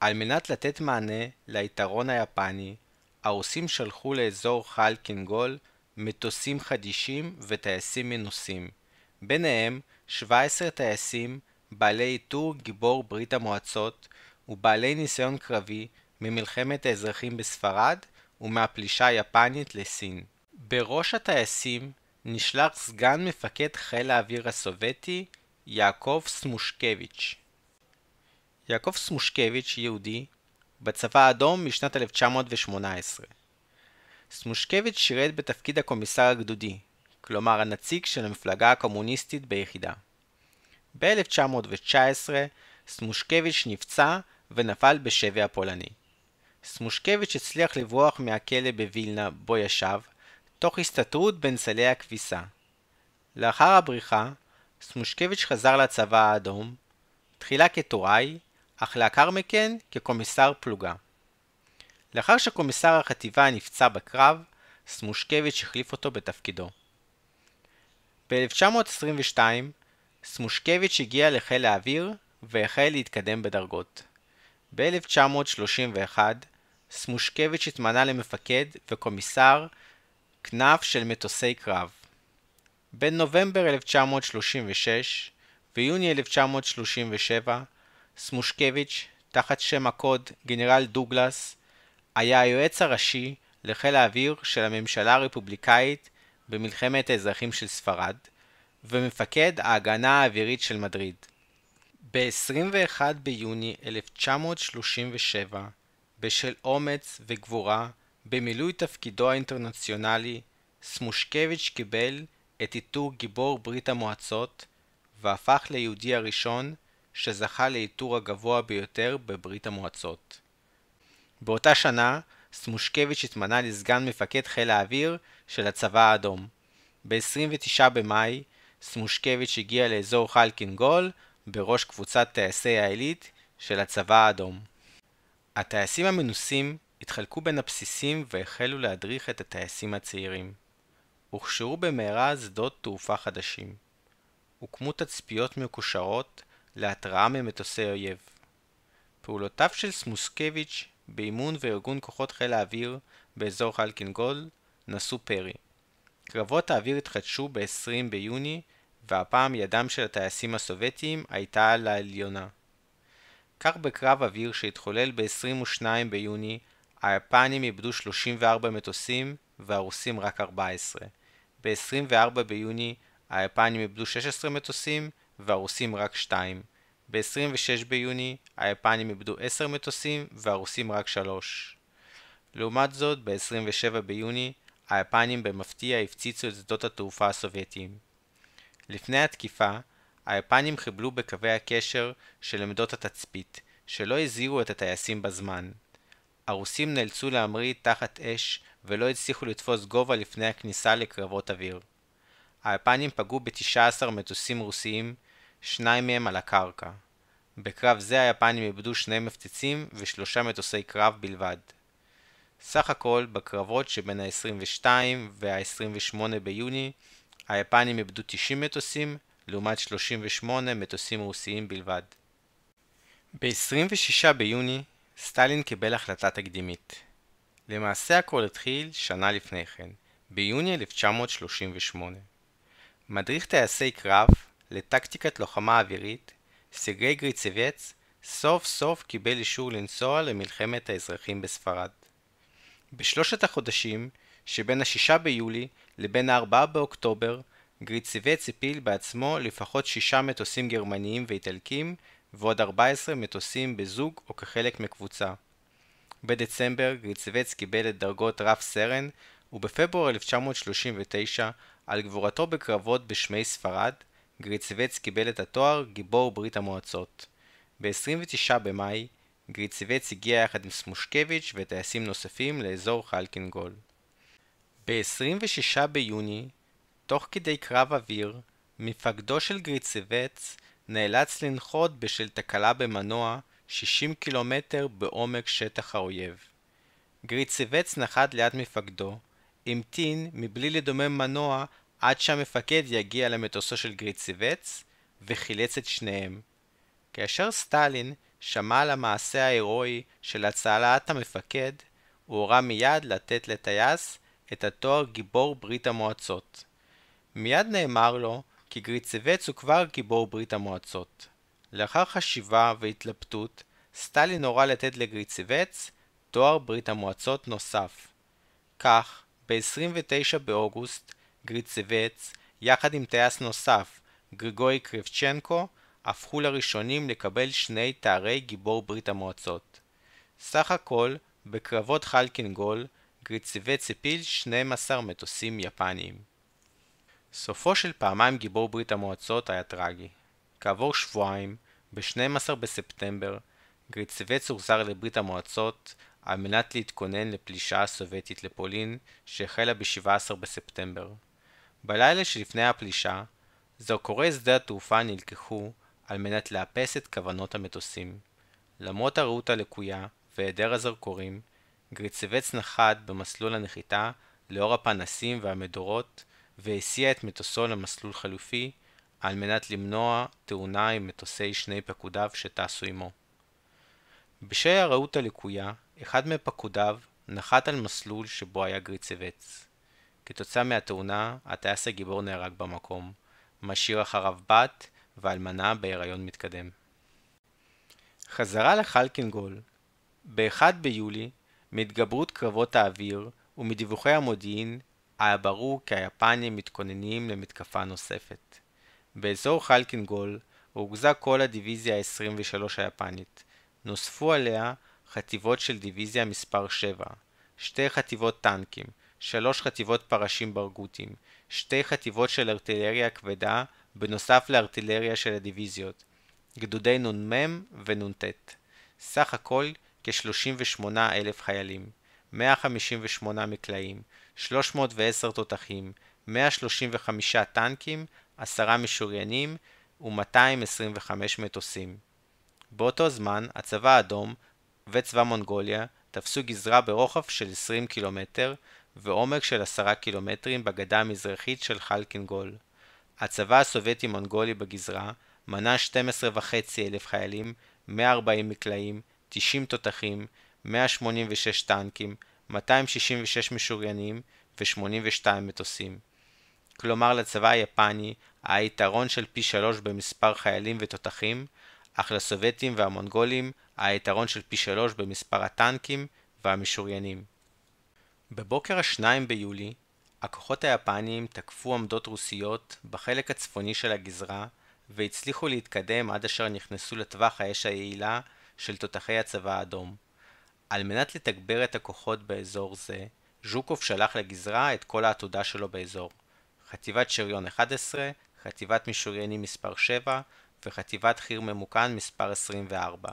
על מנת לתת מענה ליתרון היפני, הרוסים שלחו לאזור חלקינגול מטוסים חדישים וטייסים מנוסים, ביניהם שבעה עשר טייסים בעלי עיטור גיבור ברית המועצות ובעלי ניסיון קרבי ממלחמת האזרחים בספרד ומהפלישה היפנית לסין. בראש הטייסים נשלח סגן מפקד חיל האוויר הסובייטי יעקב סמושקביץ'. יעקב סמושקביץ' יהודי, בצבא האדום משנת אלף תשע מאות שמונה עשרה. סמושקביץ' שירת בתפקיד הקומיסר הגדודי, כלומר הנציג של המפלגה הקומוניסטית ביחידה. ב-אלף תשע מאות תשע עשרה סמושקביץ' נפצע ונפל בשבי הפולני. סמושקביץ' הצליח לברוח מהכלא בווילנה בו ישב, תוך הסתתרות בין סלי הכביסה. לאחר הבריחה, סמושקביץ' חזר לצבא האדום, תחילה כטוראי, אך לאחר מכן כקומיסר פלוגה. לאחר שקומיסר החטיבה נפצע בקרב, סמושקביץ' החליף אותו בתפקידו. ב-אלף תשע מאות עשרים ושתיים סמושקביץ' הגיע לחיל האוויר והחל להתקדם בדרגות. ב-אלף תשע מאות שלושים ואחת סמושקביץ' התמנה למפקד וקומיסר כנף של מטוסי קרב. בין נובמבר אלף תשע מאות שלושים ושש ויוני אלף תשע מאות שלושים ושבע סמושקביץ', תחת שם הקוד גנרל דוגלס, היה היועץ הראשי לחיל האוויר של הממשלה הרפובליקאית במלחמת האזרחים של ספרד, ומפקד ההגנה האווירית של מדריד. ב-עשרים ואחד ביוני אלף תשע מאות שלושים ושבע, בשל אומץ וגבורה במילוי תפקידו האינטרנציונלי, סמושקביץ' קיבל את עיטור גיבור ברית המועצות, והפך ליהודי הראשון שזכה לעיטור הגבוה ביותר בברית המועצות. באותה שנה, סמושקביץ' התמנה לסגן מפקד חיל האוויר של הצבא האדום. ב-עשרים ותשעה במאי, סמושקביץ' הגיע לאזור חלקינגול בראש קבוצת טייסי העילית של הצבא האדום. הטייסים המנוסים התחלקו בין הבסיסים והחלו להדריך את הטייסים הצעירים. הוכשרו במהרה שדות תעופה חדשים. הוקמו תצפיות מקושרות להתראה ממטוסי אויב. פעולותיו של סמושקביץ' באימון וארגון כוחות חיל האוויר באזור חלקינגול נשאו פרי. קרבות האוויר התחדשו ב-עשרים ביוני, והפעם ידם של הטייסים הסובייטיים הייתה על העליונה. כך בקרב אוויר שהתחולל ב-עשרים ושניים ביוני, היפנים איבדו שלושים וארבעה מטוסים והרוסים רק ארבע עשרה. ב-עשרים וארבעה ביוני היפנים איבדו שש עשרה מטוסים והרוסים רק שתיים. ב-עשרים ושש ביוני היפנים איבדו עשרה מטוסים והרוסים רק שלוש. לעומת זאת, ב-עשרים ושבעה ביוני היפנים במפתיע הפציצו את שדות התעופה הסובייטיים. לפני התקיפה, היפנים חיבלו בקווי הקשר של עמדות התצפית, שלא הזהירו את הטייסים בזמן. הרוסים נאלצו להמריא תחת אש ולא הצליחו לתפוס גובה לפני הכניסה לקרבות אוויר. היפנים פגעו ב-תשעה עשר מטוסים רוסיים, שניים מהם על הקרקע. בקרב זה היפנים איבדו שני מפציצים ושלושה מטוסי קרב בלבד. סך הכל, בקרבות שבין ה-עשרים ושתיים וה-עשרים ושמונה ביוני, היפנים איבדו תשעים מטוסים, לעומת שלושים ושמונה מטוסים רוסיים בלבד. ב-עשרים ושישה ביוני, סטלין קיבל החלטה תקדימית. למעשה הכל התחיל שנה לפני כן, ביוני אלף תשע מאות שלושים ושמונה. מדריך טייסי קרב לטקטיקת לוחמה אווירית, סרגי גריצבץ, סוף סוף קיבל אישור לנסוע למלחמת האזרחים בספרד. בשלושת החודשים שבין השישה ביולי לבין הארבעה באוקטובר, גריצבץ הפיל בעצמו לפחות שישה מטוסים גרמניים ואיטלקים ועוד ארבעה עשר מטוסים בזוג או כחלק מקבוצה. בדצמבר גריצבץ קיבל את דרגות רב סרן, ובפברואר אלף תשע מאות שלושים ותשע, על גבורתו בקרבות בשמי ספרד, גריצבץ קיבל את התואר גיבור ברית המועצות. ב-עשרים ותשעה במאי, גריצבץ הגיע יחד עם סמושקביץ' וטייסים נוספים לאזור חלקינגול. ב-עשרים ושישה ביוני, תוך כדי קרב אוויר, מפקדו של גריצבץ נאלץ לנחות בשל תקלה במנוע שישים קילומטר בעומק שטח האויב. גריצבץ נחת ליד מפקדו, המתין מבלי לדומם מנוע עד שהמפקד יגיע למטוסו של גריצבץ וחילץ את שניהם. כאשר סטלין, שמע על המעשה ההירואי של הצלת המפקד, הוא הורה מיד לתת לטייס את התואר גיבור ברית המועצות. מיד נאמר לו כי גריצבץ הוא כבר גיבור ברית המועצות. לאחר חשיבה והתלבטות, סטלין הורה לתת לגריצבץ תואר ברית המועצות נוסף. כך, ב-עשרים ותשעה באוגוסט, גריצבץ, יחד עם טייס נוסף, גריגורי קרבצ'נקו, הפכו לראשונים לקבל שני תארי גיבור ברית המועצות. סך הכל, בקרבות חלקינגול, גריצבץ הפיל שנים עשר מטוסים יפניים. סופו של פעמיים גיבור ברית המועצות היה טרגי. כעבור שבועיים, ב-שנים עשר בספטמבר, גריצבץ הוחזר לברית המועצות על מנת להתכונן לפלישה הסובייטית לפולין שהחלה ב-שבעה עשר בספטמבר. בלילה שלפני הפלישה, זרקורי שדה התעופה נלקחו על מנת לאפס את כוונות המטוסים. למרות הראות הלקויה והיעדר הזרקורים, גריצבץ נחת במסלול הנחיתה לאור הפנסים והמדורות והסיע את מטוסו למסלול חלופי על מנת למנוע תאונה עם מטוסי שני פקודיו שטסו עמו. בשל הראות הלקויה, אחד מפקודיו נחת על מסלול שבו היה גריצבץ. כתוצאה מהתאונה, הטייס הגיבור נהרג במקום, משאיר אחריו בת ואלמנה בהיריון מתקדם. חזרה לחלקינגול. ב-אחד ביולי, מהתגברות קרבות האוויר ומדיווחי המודיעין, היה ברור כי היפנים מתכוננים למתקפה נוספת. באזור חלקינגול הורגזה כל הדיוויזיה ה-עשרים ושלוש היפנית. נוספו עליה חטיבות של דיוויזיה מספר שבע, שתי חטיבות טנקים, שלוש חטיבות פרשים ברגותים, שתי חטיבות של ארטילריה כבדה בנוסף לארטילריה של הדיוויזיות, גדודי נ"מ ונ"ט. סך הכל כ-שלושים ושמונה אלף חיילים, מאה חמישים ושמונה מקלעים, שלוש מאות ועשר תותחים, מאה שלושים וחמישה טנקים, עשרה משוריינים ו-מאתיים עשרים וחמישה מטוסים. באותו זמן, הצבא האדום וצבא מונגוליה תפסו גזרה ברוחב של עשרים קילומטר ועומק של עשרה קילומטרים בגדה המזרחית של חלקינגול. הצבא הסובייטי-מונגולי בגזרה מנה שנים עשר וחצי אלף חיילים, מאה וארבעים מקלעים, תשעים תותחים, מאה שמונים ושש טנקים, מאתיים שישים ושש משוריינים ו-שמונים ושתיים מטוסים. כלומר לצבא היפני היה יתרון של פי שלוש במספר חיילים ותותחים, אך לסובייטים והמונגולים היה יתרון של פי שלוש במספר הטנקים והמשוריינים. בבוקר השניים ביולי, הכוחות היפניים תקפו עמדות רוסיות בחלק הצפוני של הגזרה והצליחו להתקדם עד אשר נכנסו לטווח האש היעילה של תותחי הצבא האדום. על מנת לתגבר את הכוחות באזור זה, ז'וקוב שלח לגזרה את כל העתודה שלו באזור. חטיבת שריון אחת עשרה, חטיבת משוריינים מספר שבע וחטיבת חי"ר ממוקן מספר עשרים וארבע.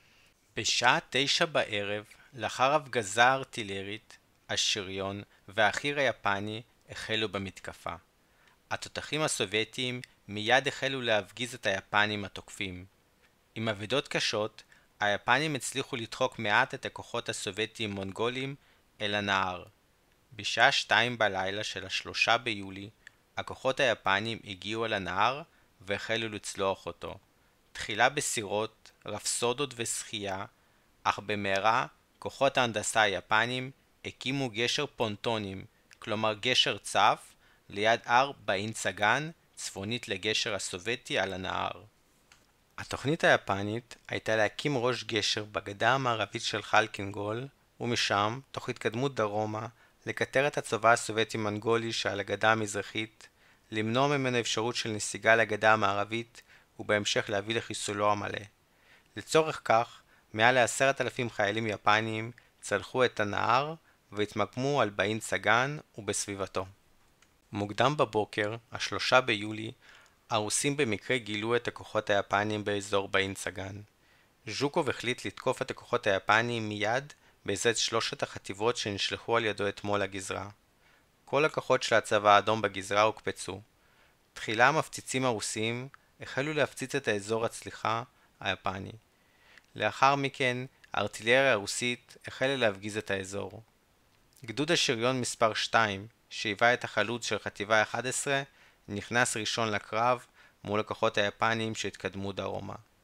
בשעה תשע בערב, לאחר הפגזה ארטילרית, השריון והחי"ר היפני החלו במתקפה. התותחים הסובייטיים מיד החלו להפגיז את היפנים התוקפים. עם אבדות קשות, היפנים הצליחו לדחוק מעט את הכוחות הסובייטיים מונגולים אל הנהר. בשעה שתיים בלילה של השלושה ביולי, הכוחות היפנים הגיעו אל הנהר והחלו לצלוח אותו. תחילה בסירות, רפסודות ושחייה, אך במהרה כוחות ההנדסה היפנים הקימו גשר פונטונים, כלומר גשר צף, ליד הר באין סגן, צפונית לגשר הסובייטי על הנהר. התוכנית היפנית הייתה להקים ראש גשר בגדה המערבית של חלקינגול, ומשם, תוך התקדמות דרומה, לקטר את הצבא הסובייטי-מונגולי שעל הגדה המזרחית, למנוע ממנו אפשרות של נסיגה לגדה המערבית, ובהמשך להביא לחיסולו המלא. לצורך כך, מעל לעשרת אלפים חיילים יפניים צלחו את הנהר והתמקמו על באין סגן ובסביבתו. מוקדם בבוקר, השלושה ביולי, הרוסים במקרה גילו את הכוחות היפניים באזור באין סגן. ז'וקוב החליט לתקוף את הכוחות היפניים מיד בעזרת שלושת החטיבות שנשלחו על ידו אתמול לגזרה. כל הכוחות של הצבא האדום בגזרה הוקפצו. תחילה המפציצים הרוסיים החלו להפציץ את האזור הצליחה היפני. לאחר מכן, הארטילריה הרוסית החלה להפגיז את האזור. גדוד השריון מספר שתיים, שהיווה את החלוץ של חטיבה אחת עשרה, נכנס ראשון לקרב מול הכוחות היפניים שהתקדמו דרומה.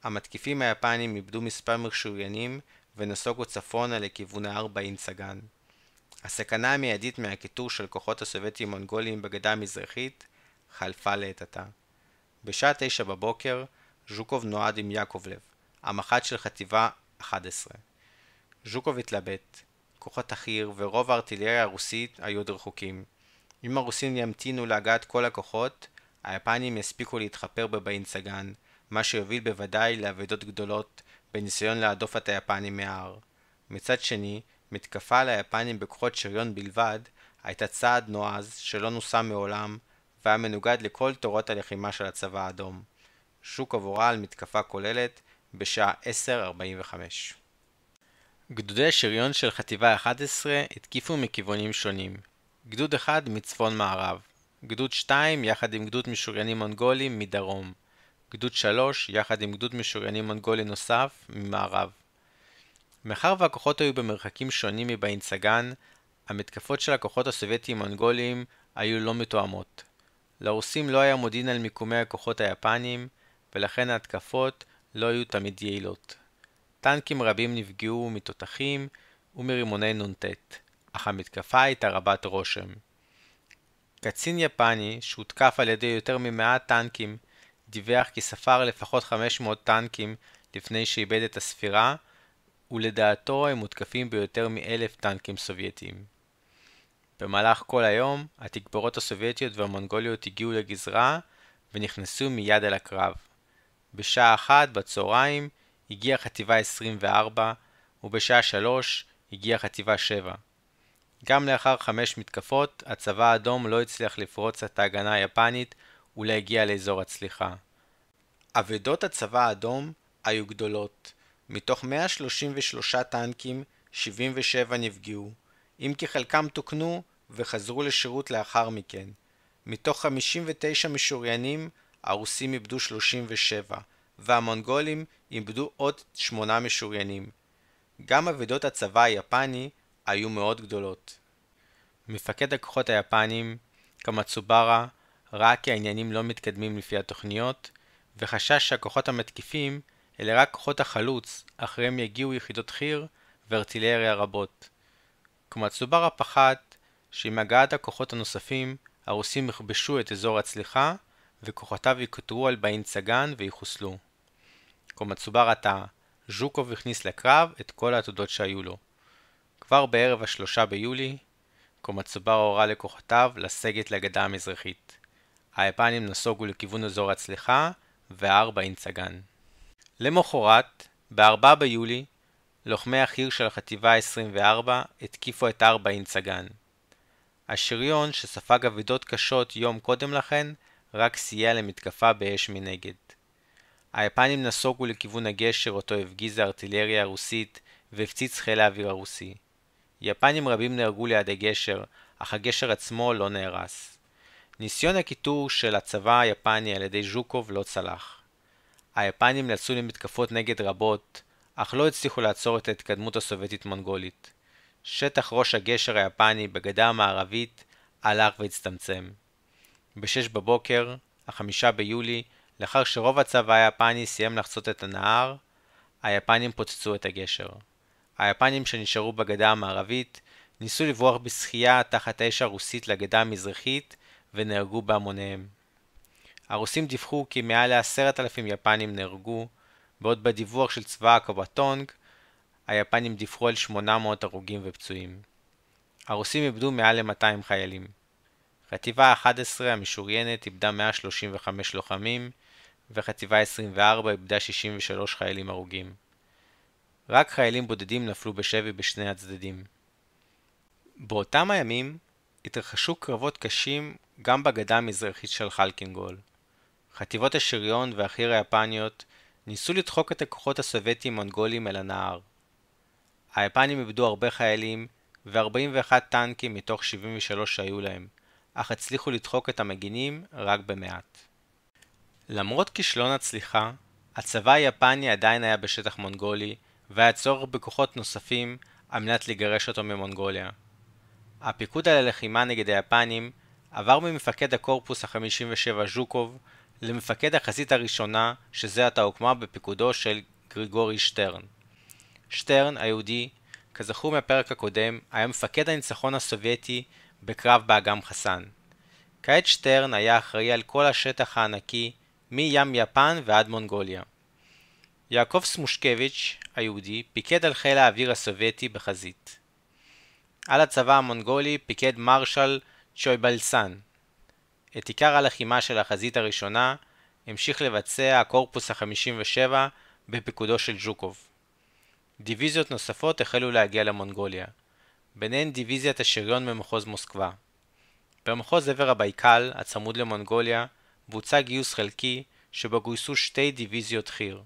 המתקיפים היפנים איבדו מספר משוריינים ונסוגו צפונה לכיוון ההר באינסגן. הסכנה המיידית מהכיתור של כוחות הסובייטים מונגוליים בגדה המזרחית חלפה לעת עתה. בשעה תשע בבוקר ז'וקוב נועד עם יעקובלב, המח"ט של חטיבה אחת עשרה. ז'וקוב התלבט. כוחות החי"ר ורוב הארטילריה הרוסית היו עוד רחוקים. אם הרוסים ימתינו להגעת כל הכוחות, היפנים יספיקו להתחפר בבאינסגן, מה שיוביל בוודאי לאבדות גדולות בניסיון להדוף את היפנים מההר. מצד שני, מתקפה על היפנים בכוחות שריון בלבד הייתה צעד נועז שלא נוסה מעולם והיה מנוגד לכל תורות הלחימה של הצבא האדום. ז'וקוב הורה על מתקפה כוללת בשעה עשר ארבעים וחמש. גדודי השריון של חטיבה אחת עשרה התקיפו מכיוונים שונים. גדוד אחד מצפון מערב, גדוד שתיים יחד עם גדוד משוריינים מונגולים מדרום, גדוד שלוש יחד עם גדוד משוריינים מונגולי נוסף ממערב. מאחר והכוחות היו במרחקים שונים מבאינסגן, המתקפות של הכוחות הסובייטיים מונגוליים היו לא מתואמות. לרוסים לא היה מודיעין על מיקומי הכוחות היפנים, ולכן ההתקפות לא היו תמיד יעילות. טנקים רבים נפגעו מתותחים ומרימוני נ"ט, אך המתקפה הייתה רבת רושם. קצין יפני שהותקף על ידי יותר ממאה טנקים דיווח כי ספר לפחות חמש מאות טנקים לפני שאיבד את הספירה, ולדעתו הם מותקפים ביותר מאלף טנקים סובייטיים. במהלך כל היום, התגבורות הסובייטיות והמונגוליות הגיעו לגזרה ונכנסו מיד אל הקרב. בשעה אחת בצהריים הגיעה חטיבה עשרים וארבע, ובשעה שלוש הגיעה חטיבה שבע. גם לאחר חמש מתקפות, הצבא האדום לא הצליח לפרוץ את ההגנה היפנית ולהגיע לאזור הצליחה. אבדות הצבא האדום היו גדולות. מתוך מאה שלושים ושלושה טנקים, שבעים ושבע נפגעו, אם כי חלקם תוקנו וחזרו לשירות לאחר מכן. מתוך חמישים ותשע משוריינים, הרוסים איבדו שלושים ושבע, והמונגולים איבדו עוד שמונה משוריינים. גם אבדות הצבא היפני היו מאוד גדולות. מפקד הכוחות היפנים, קמצוברה, ראה כי העניינים לא מתקדמים לפי התוכניות, וחשש שהכוחות המתקיפים אלה רק כוחות החלוץ, אחריהם יגיעו יחידות חי"ר וארטילריה רבות. קמצוברה פחד שעם הגעת הכוחות הנוספים, הרוסים יכבשו את אזור הצליחה, וכוחותיו יקוטרו על באינסגן ויחוסלו. קמצוברה טעה, ז'וקוב הכניס לקרב את כל העתודות שהיו לו. כבר בערב השלושה ביולי, קמצוברה הורה לכוחותיו לסגת לגדה המזרחית. היפנים נסוגו לכיוון אזור הצליחה וההר באינסגן. למחרת, ב-ארבעה ביולי, לוחמי החי"ר של החטיבה ה-עשרים וארבע התקיפו את ההר באינסגן. השריון שספג אבדות קשות יום קודם לכן, רק סייע למתקפה באש מנגד. היפנים נסוגו לכיוון הגשר אותו הפגיזה הארטילריה הרוסית והפציץ חיל האוויר הרוסי. יפנים רבים נהרגו ליד הגשר, אך הגשר עצמו לא נהרס. ניסיון הכיתור של הצבא היפני על ידי ז'וקוב לא צלח. היפנים נאלצו למתקפות נגד רבות, אך לא הצליחו לעצור את ההתקדמות הסובייטית מונגולית. שטח ראש הגשר היפני בגדה המערבית הלך והצטמצם. בשש בבוקר, החמישה ביולי, לאחר שרוב הצבא היפני סיים לחצות את הנהר, היפנים פוצצו את הגשר. היפנים שנשארו בגדה המערבית ניסו לברוח בשחייה תחת האש הרוסית לגדה המזרחית ונהרגו בהמוניהם. הרוסים דיווחו כי מעל לעשרת אלפים יפנים נהרגו, בעוד בדיווח של צבא הקובטונג, היפנים דיווחו על שמונה מאות הרוגים ופצועים. הרוסים איבדו מעל ל-מאתיים חיילים. חטיבה אחת עשרה המשוריינת איבדה מאה שלושים וחמישה לוחמים, וחטיבה עשרים וארבע איבדה שישים ושלושה חיילים הרוגים. רק חיילים בודדים נפלו בשבי בשני הצדדים. באותם הימים התרחשו קרבות קשים גם בגדה המזרחית של חלקינגול. חטיבות השריון והחי"ר היפניות ניסו לדחוק את הכוחות הסובייטיים מונגולים אל הנהר. היפנים איבדו הרבה חיילים ו-ארבעים ואחד טנקים מתוך שבעים ושלוש שהיו להם, אך הצליחו לדחוק את המגינים רק במעט. למרות כישלון הצליחה, הצבא היפני עדיין היה בשטח מונגולי, והיה צורך בכוחות נוספים על מנת לגרש אותו ממונגוליה. הפיקוד על הלחימה נגד היפנים עבר ממפקד הקורפוס ה-חמישים ושבע ז'וקוב למפקד החזית הראשונה שזה עתה הוקמה בפיקודו של גריגורי שטרן. שטרן היהודי, כזכור מהפרק הקודם, היה מפקד הניצחון הסובייטי בקרב באגם חסן. כעת שטרן היה אחראי על כל השטח הענקי מים יפן ועד מונגוליה. יעקב סמושקביץ' היהודי פיקד על חיל האוויר הסובייטי בחזית. על הצבא המונגולי פיקד מרשל צ'ויבלסן. את עיקר הלחימה של החזית הראשונה המשיך לבצע הקורפוס ה-חמישים ושבע בפיקודו של ז'וקוב. דיוויזיות נוספות החלו להגיע למונגוליה, ביניהן דיוויזיית השריון ממחוז מוסקבה. במחוז עבר הבייקל, הצמוד למונגוליה, בוצע גיוס חלקי שבו גויסו שתי דיוויזיות חי"ר.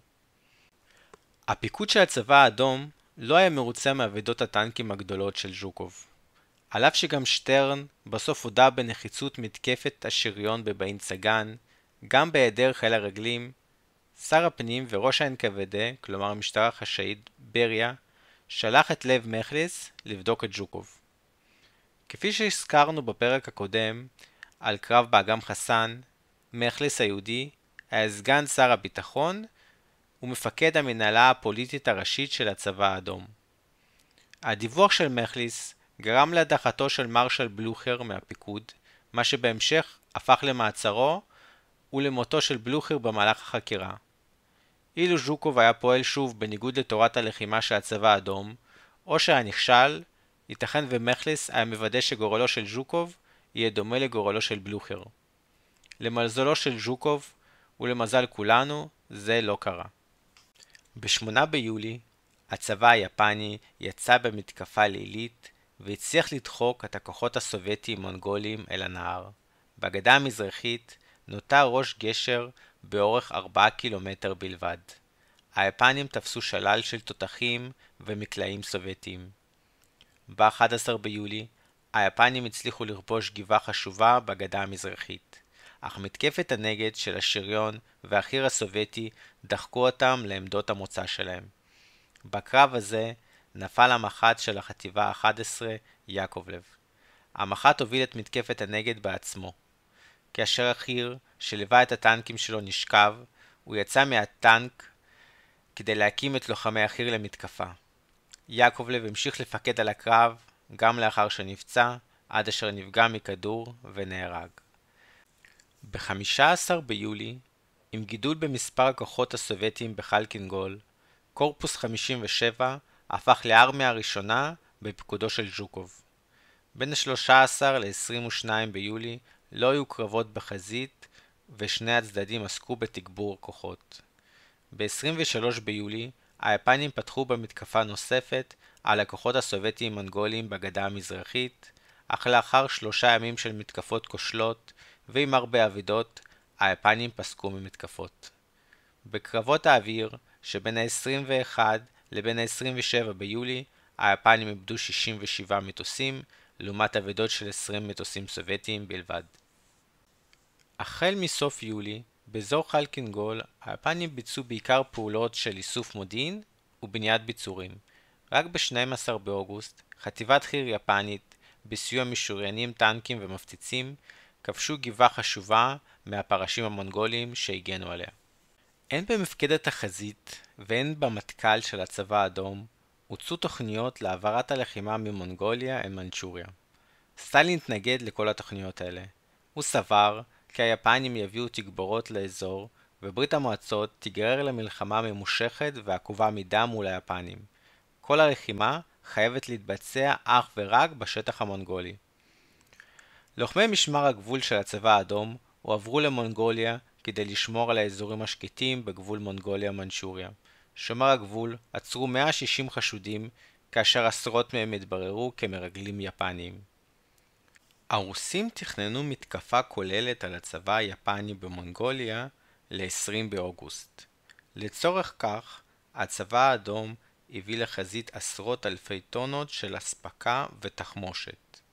הפיקוד של הצבא האדום לא היה מרוצה מעבדות הטנקים הגדולות של ז'וקוב. על אף שגם שטרן בסוף הודע בנחיצות מתקפת השריון בבאין סגן, גם בהיעדר חיל הרגלים, שר הפנים וראש ה-אן קה וי דה, כלומר המשטר החשאית בריה, שלח את לב מכליס לבדוק את ז'וקוב. כפי שהזכרנו בפרק הקודם על קרב באגם חסן, מכליס היהודי היה סגן שר הביטחון ומפקד המנהלה הפוליטית הראשית של הצבא האדום. הדיווח של מכליס גרם להדחתו של מרשל בלוכר מהפיקוד, מה שבהמשך הפך למעצרו ולמותו של בלוכר במהלך החקירה. אילו ז'וקוב היה פועל שוב בניגוד לתורת הלחימה של הצבא האדום, או שהיה נכשל, ייתכן ומכליס היה מוודא שגורלו של ז'וקוב יהיה דומה לגורלו של בלוכר. למזלו של ז'וקוב ולמזל כולנו, זה לא קרה. בשמונה ביולי, הצבא היפני יצא במתקפה לילית והצליח לדחוק את הכוחות הסובייטיים-מונגוליים אל הנהר. בגדה המזרחית נותר ראש גשר באורך ארבעה קילומטר בלבד. היפנים תפסו שלל של תותחים ומקלעים סובייטיים. ב-אחד עשר ביולי, היפנים הצליחו לכבוש גבעה חשובה בגדה המזרחית, אך מתקפת הנגד של השריון והחי"ר הסובייטי דחקו אותם לעמדות המוצא שלהם. בקרב הזה נפל המח"ט של החטיבה ה-אחת עשרה, יעקובלב. המח"ט הוביל את מתקפת הנגד בעצמו. כאשר החי"ר שליווה את הטנקים שלו נשכב, הוא יצא מהטנק כדי להקים את לוחמי החי"ר למתקפה. יעקובלב המשיך לפקד על הקרב גם לאחר שנפצע, עד אשר נפגע מכדור ונהרג. ב-חמישה עשר ביולי, עם גידול במספר הכוחות הסובייטיים בחלקינגול, קורפוס חמישים ושבע הפך לארמיה הראשונה בפיקודו של ז'וקוב. בין ה-שלושה עשר ל-עשרים ושניים ביולי לא היו קרבות בחזית ושני הצדדים עסקו בתגבור כוחות. ב-עשרים ושלושה ביולי היפנים פתחו במתקפה נוספת על הכוחות הסובייטיים-מונגוליים בגדה המזרחית, אך לאחר שלושה ימים של מתקפות כושלות ועם הרבה אבדות, היפנים פסקו ממתקפות. בקרבות האוויר שבין ה-עשרים ואחד לבין ה-עשרים ושבעה ביולי, היפנים איבדו שישים ושבעה מטוסים, לעומת אבדות של עשרים מטוסים סובייטיים בלבד. החל מסוף יולי, באזור חלקינגול, היפנים ביצעו בעיקר פעולות של איסוף מודיעין ובניית ביצורים. רק ב-שנים עשר באוגוסט, חטיבת חי"ר יפנית, בסיוע משוריינים, טנקים ומפציצים, כבשו גבעה חשובה מהפרשים המונגוליים שהגנו עליה. הן במפקדת החזית והן במטכ"ל של הצבא האדום הוצאו תוכניות להעברת הלחימה ממונגוליה אל מנצ'וריה. סטלין התנגד לכל התוכניות האלה. הוא סבר כי היפנים יביאו תגבורות לאזור וברית המועצות תיגרר למלחמה ממושכת ועקובה מדם מול היפנים. כל הלחימה חייבת להתבצע אך ורק בשטח המונגולי. לוחמי משמר הגבול של הצבא האדום הועברו למונגוליה כדי לשמור על האזורים השקטים בגבול מונגוליה-מנצ'וריה. שומר הגבול עצרו מאה ושישים חשודים, כאשר עשרות מהם התבררו כמרגלים יפניים. הרוסים תכננו מתקפה כוללת על הצבא היפני במונגוליה ל-עשרים באוגוסט. לצורך כך, הצבא האדום הביא לחזית עשרות אלפי טונות של אספקה ותחמושת.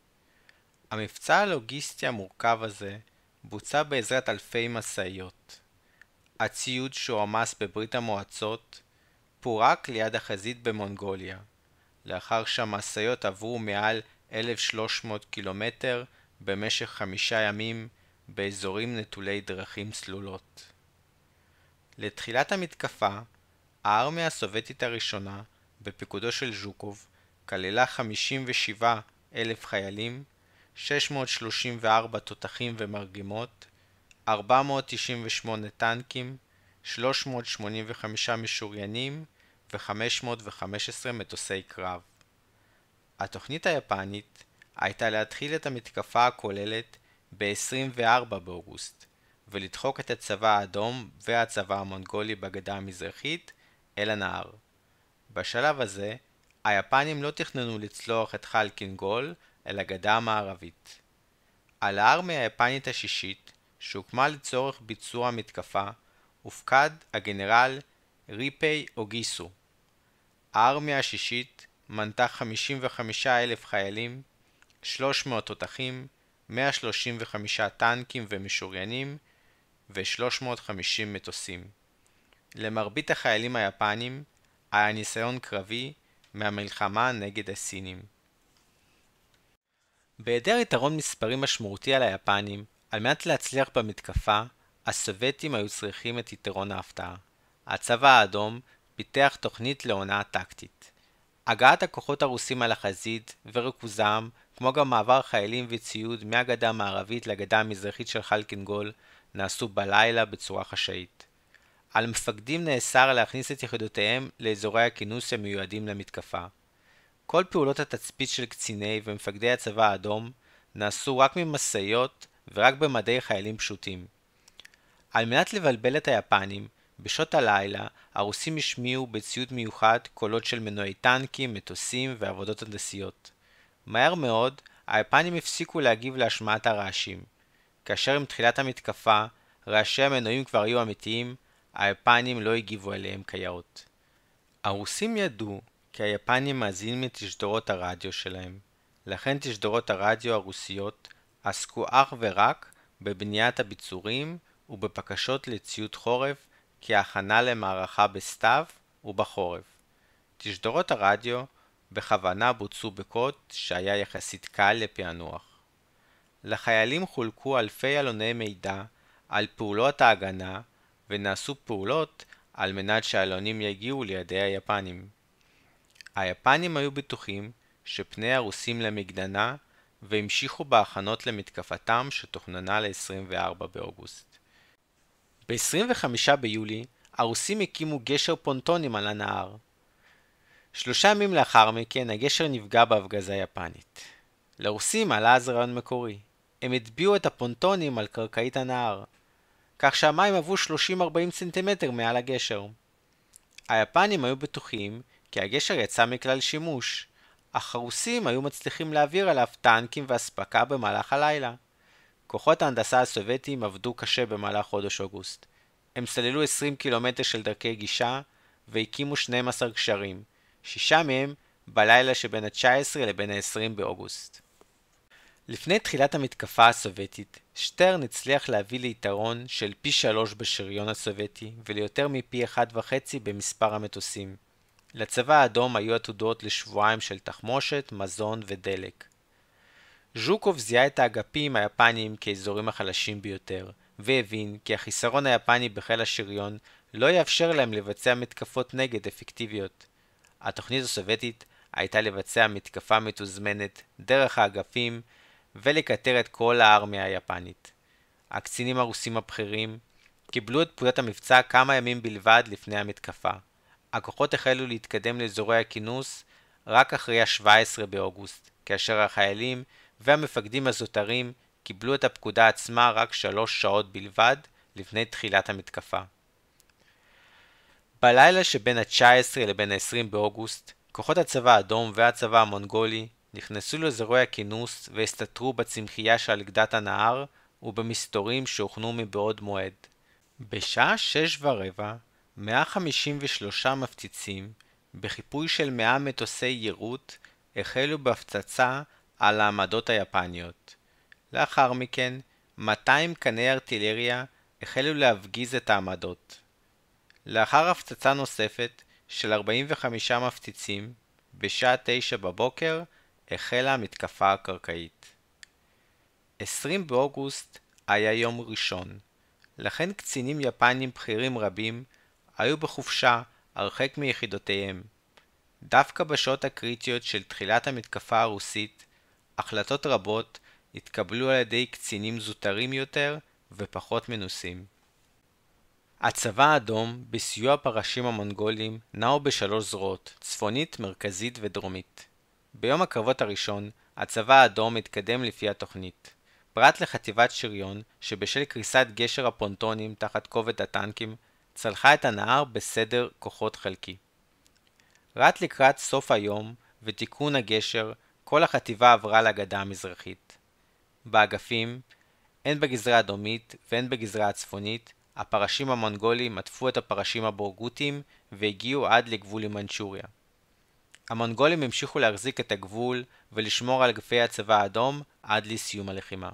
המבצע הלוגיסטי המורכב הזה בוצע בעזרת אלפי מסעיות. הציוד שהועמס בברית המועצות פורק ליד החזית במונגוליה, לאחר שהמסעיות עברו מעל אלף ושלוש מאות קילומטר במשך חמישה ימים באזורים נטולי דרכים סלולות. לתחילת המתקפה, הארמיה הסובייטית הראשונה, בפיקודו של ז'וקוב, כללה חמישים ושבעה אלף חיילים, שש מאות שלושים וארבע תותחים ומרגמות, ארבע מאות תשעים ושמונה טנקים, שלוש מאות שמונים וחמישה משוריינים ו-חמש מאות וחמש עשרה מטוסי קרב. התוכנית היפנית הייתה להתחיל את המתקפה הכוללת ב-עשרים וארבעה באוגוסט, ולדחוק את הצבא האדום והצבא המונגולי בגדה המזרחית אל הנהר. בשלב הזה, היפנים לא תכננו לצלוח את חלקינגול אל הגדה המערבית. על הארמיה היפנית השישית, שהוקמה לצורך ביצוע המתקפה, הופקד הגנרל ריפי אוגיסו. הארמיה השישית מנתה חמישים וחמישה אלף חיילים, שלוש מאות תותחים, מאה שלושים וחמישה טנקים ומשוריינים ו-שלוש מאות וחמישים מטוסים. למרבית החיילים היפנים היה ניסיון קרבי מהמלחמה נגד הסינים. בהיעדר יתרון מספרי משמעותי על היפנים, על מנת להצליח במתקפה, הסובייטים היו צריכים את יתרון ההפתעה. הצבא האדום פיתח תוכנית להונאה טקטית. הגעת הכוחות הרוסים על החזית וריכוזם, כמו גם מעבר חיילים וציוד מהגדה המערבית לגדה המזרחית של חלקינגול, נעשו בלילה בצורה חשאית. על מפקדים נאסר להכניס את יחידותיהם לאזורי הכינוס המיועדים למתקפה. כל פעולות התצפית של קציני ומפקדי הצבא האדום נעשו רק ממשאיות ורק במדי חיילים פשוטים. על מנת לבלבל את היפנים, בשעות הלילה הרוסים השמיעו בציוד מיוחד קולות של מנועי טנקים, מטוסים ועבודות הנדסיות. מהר מאוד, היפנים הפסיקו להגיב להשמעת הרעשים. כאשר עם תחילת המתקפה, רעשי המנועים כבר היו אמיתיים, היפנים לא הגיבו אליהם כיאות. הרוסים ידעו כי היפנים מאזינים לתשדורות הרדיו שלהם, לכן תשדורות הרדיו הרוסיות עסקו אך ורק בבניית הביצורים ובבקשות לציוד חורף כהכנה למערכה בסתיו ובחורף. תשדורות הרדיו בכוונה בוצעו בקוד שהיה יחסית קל לפענוח. לחיילים חולקו אלפי עלוני מידע על פעולות ההגנה ונעשו פעולות על מנת שהעלונים יגיעו לידי היפנים. היפנים היו בטוחים שפני הרוסים למגננה והמשיכו בהכנות למתקפתם שתוכננה ל-עשרים וארבעה באוגוסט. ב-עשרים וחמישה ביולי הרוסים הקימו גשר פונטונים על הנהר. שלושה ימים לאחר מכן הגשר נפגע בהפגזה יפנית. לרוסים עלה אז רעיון מקורי. הם הטביעו את הפונטונים על קרקעית הנהר, כך שהמים עברו שלושים עד ארבעים סנטימטר מעל הגשר. היפנים היו בטוחים כי הגשר יצא מכלל שימוש, אך הרוסים היו מצליחים להעביר עליו טנקים ואספקה במהלך הלילה. כוחות ההנדסה הסובייטיים עבדו קשה במהלך חודש אוגוסט. הם סללו עשרים קילומטר של דרכי גישה והקימו שנים עשר גשרים, שישה מהם בלילה שבין ה-תשעה עשר לבין ה-עשרים באוגוסט. לפני תחילת המתקפה הסובייטית, שטרן הצליח להביא ליתרון של פי שלוש בשריון הסובייטי וליותר מפי אחד וחצי במספר המטוסים. לצבא האדום היו עתודות לשבועיים של תחמושת, מזון ודלק. ז'וקוב זיהה את האגפים היפניים כאזורים החלשים ביותר, והבין כי החיסרון היפני בחיל השריון לא יאפשר להם לבצע מתקפות נגד אפקטיביות. התוכנית הסובייטית הייתה לבצע מתקפה מתוזמנת דרך האגפים ולקטר את כל הארמיה היפנית. הקצינים הרוסים הבכירים קיבלו את פקודת המבצע כמה ימים בלבד לפני המתקפה. הכוחות החלו להתקדם לאזורי הכינוס רק אחרי ה-שבעה עשר באוגוסט, כאשר החיילים והמפקדים הזוטרים קיבלו את הפקודה עצמה רק שלוש שעות בלבד לפני תחילת המתקפה. בלילה שבין ה-תשעה עשר לבין ה-עשרים באוגוסט, כוחות הצבא האדום והצבא המונגולי נכנסו לאזורי הכינוס והסתתרו בצמחייה שעל גדת הנהר ובמסתורים שהוכנו מבעוד מועד. בשעה שש ורבע, מאה חמישים ושלושה מפציצים, בחיפוי של מאה מטוסי יירוט, החלו בהפצצה על העמדות היפניות. לאחר מכן, מאתיים קני ארטילריה החלו להפגיז את העמדות. לאחר הפצצה נוספת של ארבעים וחמישה מפציצים, בשעה תשע בבוקר החלה המתקפה הקרקעית. עשרים באוגוסט היה יום ראשון. לכן קצינים יפנים בכירים רבים היו בחופשה הרחק מיחידותיהם. דווקא בשעות הקריטיות של תחילת המתקפה הרוסית, החלטות רבות התקבלו על ידי קצינים זוטרים יותר ופחות מנוסים. הצבא האדום, בסיוע פרשים המונגולים, נעו בשלוש זרועות, צפונית, מרכזית ודרומית. ביום הקרבות הראשון, הצבא האדום התקדם לפי התוכנית. פרט לחטיבת שריון, שבשל קריסת גשר הפונטונים תחת כובד הטנקים, צלחה את הנהר בסדר כוחות חלקי. רק לקראת סוף היום ותיקון הגשר, כל החטיבה עברה לגדה המזרחית. באגפים, הן בגזרה הדרומית והן בגזרה הצפונית, הפרשים המונגולים עטפו את הפרשים הבורגותים והגיעו עד לגבול עם מנצ'וריה. המונגולים המשיכו להחזיק את הגבול ולשמור על אגפי הצבא האדום עד לסיום הלחימה.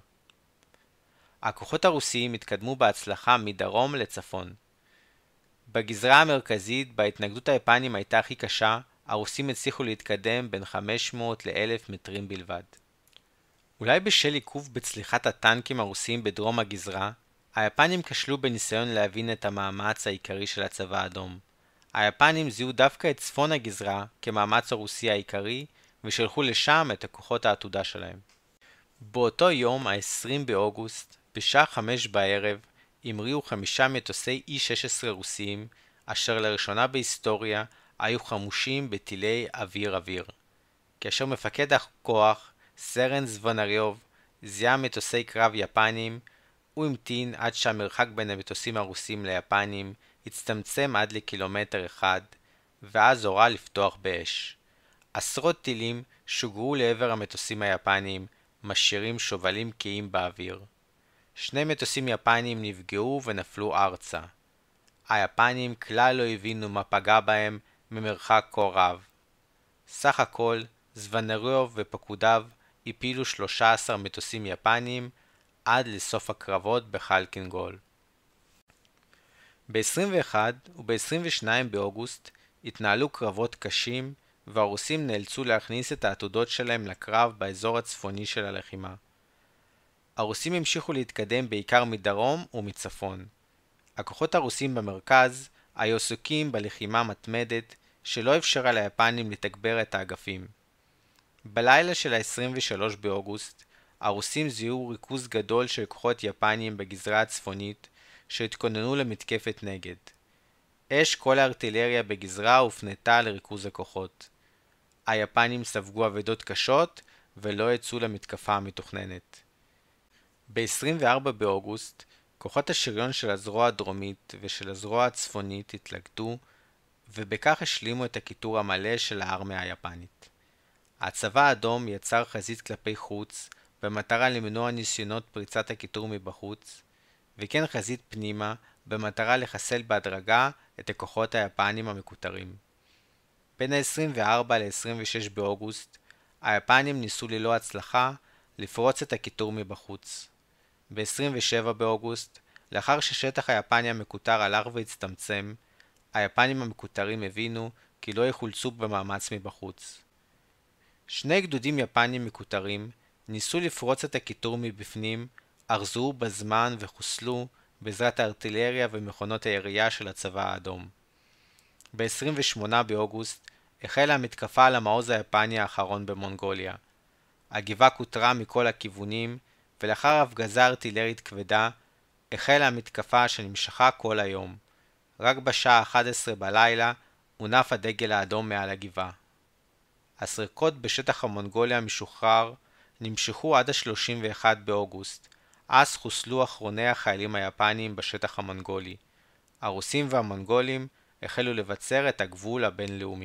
הכוחות הרוסיים התקדמו בהצלחה מדרום לצפון. בגזרה המרכזית, בהתנגדות היפנים הייתה הכי קשה, הרוסים הצליחו להתקדם בין חמש מאות ל-אלף מטרים בלבד. אולי בשל עיכוב בצליחת הטנקים הרוסיים בדרום הגזרה, היפנים כשלו בניסיון להבין את המאמץ העיקרי של הצבא האדום. היפנים זיהו דווקא את צפון הגזרה כמאמץ הרוסי העיקרי, ושלחו לשם את הכוחות העתודה שלהם. באותו יום, ה-עשרים באוגוסט, בשעה חמש בערב, המריאו חמישה מטוסי אי שש עשרה רוסיים, אשר לראשונה בהיסטוריה היו חמושים בטילי אוויר-אוויר. כאשר מפקד הכוח, סרן זוונריוב, זיהה מטוסי קרב יפנים, הוא המתין עד שהמרחק בין המטוסים הרוסים ליפנים הצטמצם עד לקילומטר אחד, ואז הורה לפתוח באש. עשרות טילים שוגרו לעבר המטוסים היפניים, משאירים שובלים קיים באוויר. שני מטוסים יפניים נפגעו ונפלו ארצה. היפנים כלל לא הבינו מה פגע בהם ממרחק כה רב. סך הכל, זוונריוב ופקודיו הפילו שלושה עשר מטוסים יפניים עד לסוף הקרבות בחלקינגול. ב-עשרים ואחד וב-עשרים ושניים באוגוסט התנהלו קרבות קשים, והרוסים נאלצו להכניס את העתודות שלהם לקרב באזור הצפוני של הלחימה. הרוסים המשיכו להתקדם בעיקר מדרום ומצפון. הכוחות הרוסים במרכז היו עסוקים בלחימה מתמדת שלא אפשרה ליפנים לתגבר את האגפים. בלילה של ה-עשרים ושלושה באוגוסט, הרוסים זיהו ריכוז גדול של כוחות יפניים בגזרה הצפונית שהתכוננו למתקפת נגד. אש כל הארטילריה בגזרה הופנתה לריכוז הכוחות. היפנים ספגו אבדות קשות ולא יצאו למתקפה המתוכננת. ב-עשרים וארבעה באוגוסט, כוחות השריון של הזרוע הדרומית ושל הזרוע הצפונית התלכדו, ובכך השלימו את הכיתור המלא של הארמיה היפנית. הצבא האדום יצר חזית כלפי חוץ, במטרה למנוע ניסיונות פריצת הכיתור מבחוץ, וכן חזית פנימה, במטרה לחסל בהדרגה את הכוחות היפנים המקוטרים. בין ה-עשרים וארבעה ל-עשרים ושש באוגוסט, היפנים ניסו ללא הצלחה לפרוץ את הכיתור מבחוץ. ב-עשרים ושבעה באוגוסט, לאחר ששטח היפני המקוטר הלך והצטמצם, היפנים המקוטרים הבינו כי לא יחולצו במאמץ מבחוץ. שני גדודים יפנים מקוטרים ניסו לפרוץ את הכיתור מבפנים, ארזו בזמן וחוסלו בעזרת הארטילריה ומכונות הירייה של הצבא האדום. ב-עשרים ושמונה באוגוסט החלה המתקפה על המעוז היפני האחרון במונגוליה. הגבעה כותרה מכל הכיוונים, ולאחר הפגזה ארטילרית כבדה, החלה המתקפה שנמשכה כל היום. רק בשעה אחת עשרה בלילה הונף הדגל האדום מעל הגבעה. הסריקות בשטח המונגוליה המשוחרר נמשכו עד ה-שלושים ואחד באוגוסט, אז חוסלו אחרוני החיילים היפניים בשטח המונגולי. הרוסים והמונגולים החלו לבצר את הגבול הבינלאומי.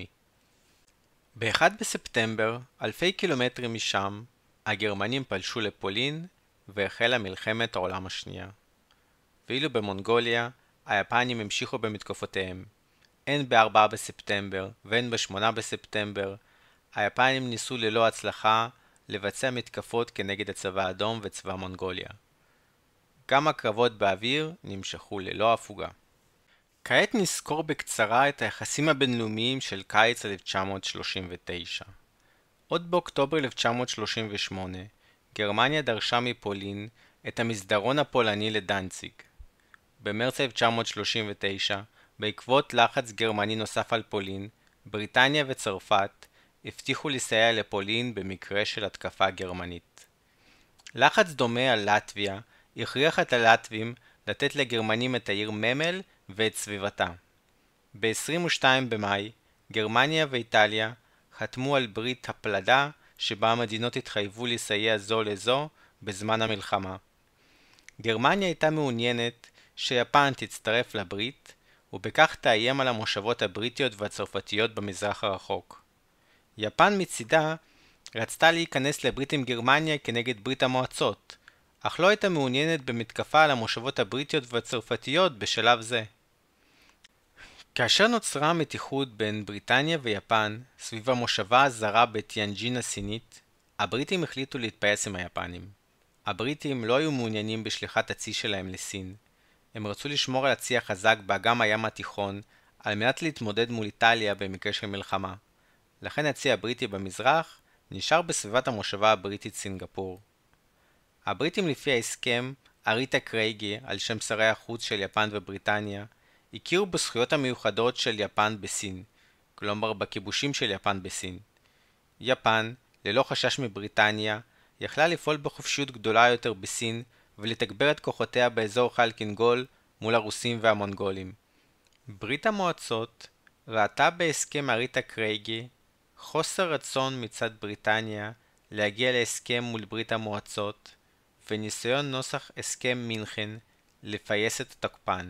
ב-אחד בספטמבר, אלפי קילומטרים משם, הגרמנים פלשו לפולין והחלה מלחמת העולם השנייה. ואילו במונגוליה, היפנים המשיכו במתקפותיהם. הן ב-ארבעה בספטמבר והן ב-שמונה בספטמבר, היפנים ניסו ללא הצלחה לבצע מתקפות כנגד הצבא האדום וצבא מונגוליה. גם הקרבות באוויר נמשכו ללא הפוגה. כעת נזכור בקצרה את היחסים הבינלאומיים של קיץ אלף תשע מאות שלושים ותשע. עוד באוקטובר אלף תשע מאות שלושים ושמונה, גרמניה דרשה מפולין את המסדרון הפולני לדנציג. במרץ אלף תשע מאות שלושים ותשע, בעקבות לחץ גרמני נוסף על פולין, בריטניה וצרפת הבטיחו לסייע לפולין במקרה של התקפה גרמנית. לחץ דומה על לטביה הכריח את הלטבים לתת לגרמנים את העיר ממל ואת סביבתה. ב-עשרים ושניים במאי, גרמניה ואיטליה חתמו על ברית הפלדה שבה המדינות התחייבו לסייע זו לזו בזמן המלחמה. גרמניה הייתה מעוניינת שיפן תצטרף לברית, ובכך תאיים על המושבות הבריטיות והצרפתיות במזרח הרחוק. יפן מצידה רצתה להיכנס לברית עם גרמניה כנגד ברית המועצות, אך לא הייתה מעוניינת במתקפה על המושבות הבריטיות והצרפתיות בשלב זה. כאשר נוצרה המתיחות בין בריטניה ויפן סביב המושבה הזרה בטיאנג'ין הסינית, הבריטים החליטו להתפייס עם היפנים. הבריטים לא היו מעוניינים בשליחת הצי שלהם לסין. הם רצו לשמור על הצי החזק באגם הים התיכון על מנת להתמודד מול איטליה במקרה של מלחמה. לכן הצי הבריטי במזרח נשאר בסביבת המושבה הבריטית סינגפור. הבריטים לפי ההסכם, אריטה קרייגי על שם שרי החוץ של יפן ובריטניה, הכירו בזכויות המיוחדות של יפן בסין, כלומר בכיבושים של יפן בסין. יפן, ללא חשש מבריטניה, יכלה לפעול בחופשיות גדולה יותר בסין ולתגבר את כוחותיה באזור חלקינגול מול הרוסים והמונגולים. ברית המועצות ראתה בהסכם אריטה קרייגי חוסר רצון מצד בריטניה להגיע להסכם מול ברית המועצות וניסיון נוסח הסכם מינכן לפייס את תוקפן.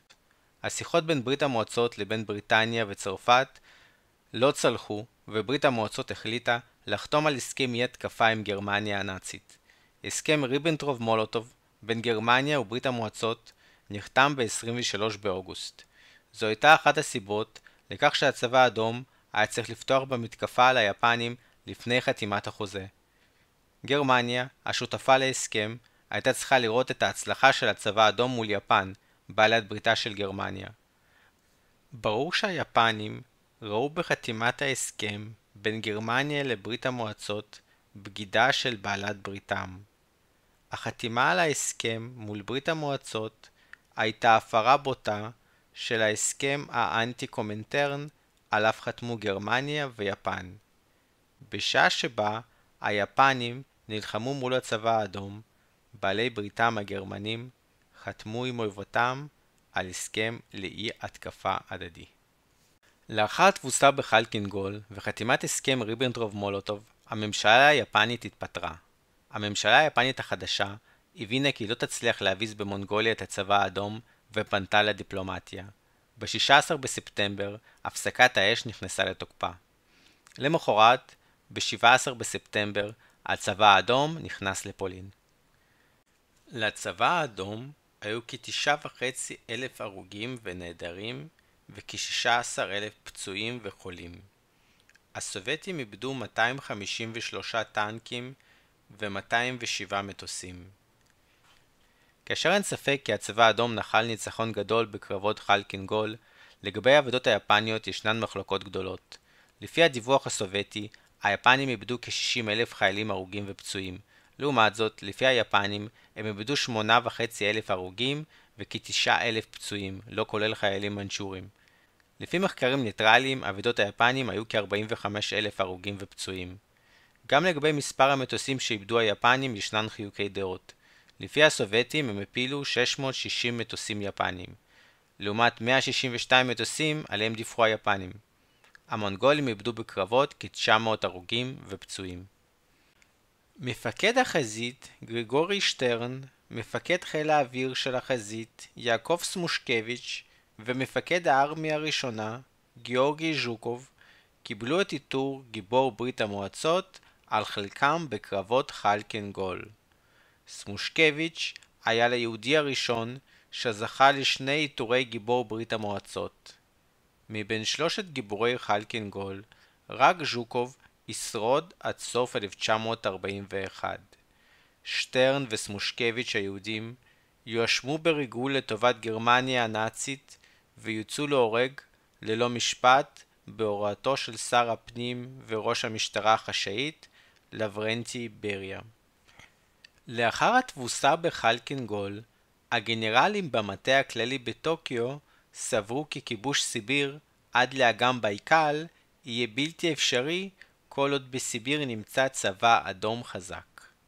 השיחות בין ברית המועצות לבין בריטניה וצרפת לא צלחו, וברית המועצות החליטה לחתום על הסכם אי התקפה עם גרמניה הנאצית. הסכם ריבנטרוב-מולוטוב בין גרמניה וברית המועצות נחתם ב-עשרים ושלושה באוגוסט. זו הייתה אחת הסיבות לכך שהצבא האדום היה צריך לפתוח במתקפה על היפנים לפני חתימת החוזה. גרמניה, השותפה להסכם, הייתה צריכה לראות את ההצלחה של הצבא האדום מול יפן, בעלת בריתה של גרמניה. ברור שהיפנים ראו בחתימת ההסכם בין גרמניה לברית המועצות בגידה של בעלת בריתם. החתימה על ההסכם מול ברית המועצות הייתה הפרה בוטה של ההסכם האנטי-קומינטרן עליו חתמו גרמניה ויפן. בשעה שבה היפנים נלחמו מול הצבא האדום, בעלי בריתם הגרמנים חתמו עם אויבותם על הסכם לאי התקפה הדדי. לאחר תבוסה בחלקינגול וחתימת הסכם ריבנטרוב-מולוטוב, הממשלה היפנית התפטרה. הממשלה היפנית החדשה הבינה כי לא תצליח להביס במונגוליה את הצבא האדום ופנתה לדיפלומטיה. ב-שישה עשר בספטמבר הפסקת האש נכנסה לתוקפה. למחרת, ב-שבעה עשר בספטמבר, הצבא האדום נכנס לפולין. לצבא האדום היו כתשעה וחצי אלף הרוגים ונעדרים וכ-שישה עשר אלף פצועים וחולים. הסובייטים איבדו מאתיים חמישים ושלושה טנקים ו-מאתיים ושבעה מטוסים. כאשר אין ספק כי הצבא האדום נחל ניצחון גדול בקרבות חלקינגול, לגבי העבודות היפניות ישנן מחלוקות גדולות. לפי הדיווח הסובייטי, היפנים איבדו כ-שישים אלף חיילים הרוגים ופצועים. לעומת זאת, לפי היפנים, הם איבדו שמונה וחצי אלף הרוגים וכ-תשעה אלף פצועים, לא כולל חיילים מנצ'ורים. לפי מחקרים ניטרליים, העבודות היפנים היו כ-ארבעים וחמישה אלף הרוגים ופצועים. גם לגבי מספר המטוסים שאיבדו היפנים ישנן חיוקי דעות. לפי הסובייטים הם הפילו שש מאות ושישים מטוסים יפנים, לעומת מאה שישים ושתיים מטוסים עליהם דיווחו היפנים. המונגולים איבדו בקרבות כ-תשע מאות הרוגים ופצועים. מפקד החזית גריגורי שטרן, מפקד חיל האוויר של החזית יעקב סמושקביץ' ומפקד הארמיה הראשונה גיאורגי ז'וקוב קיבלו את עיטור גיבור ברית המועצות על חלקם בקרבות חלקינגול. סמושקביץ' היה ליהודי הראשון שזכה לשני עיטורי גיבור ברית המועצות. מבין שלושת גיבורי חלקינגול, רק ז'וקוב ישרוד עד סוף אלף תשע מאות ארבעים ואחת. שטרן וסמושקביץ' היהודים יואשמו בריגול לטובת גרמניה הנאצית ויוצאו להורג ללא משפט בהוראתו של שר הפנים וראש המשטרה החשאית לברנטי בריה. לאחר התבוסה בחלקינגול, הגנרלים במטה הכללי בטוקיו סברו כי כיבוש סיביר עד לאגם בייקל יהיה בלתי אפשרי כל עוד בסיביר נמצא צבא אדום חזק.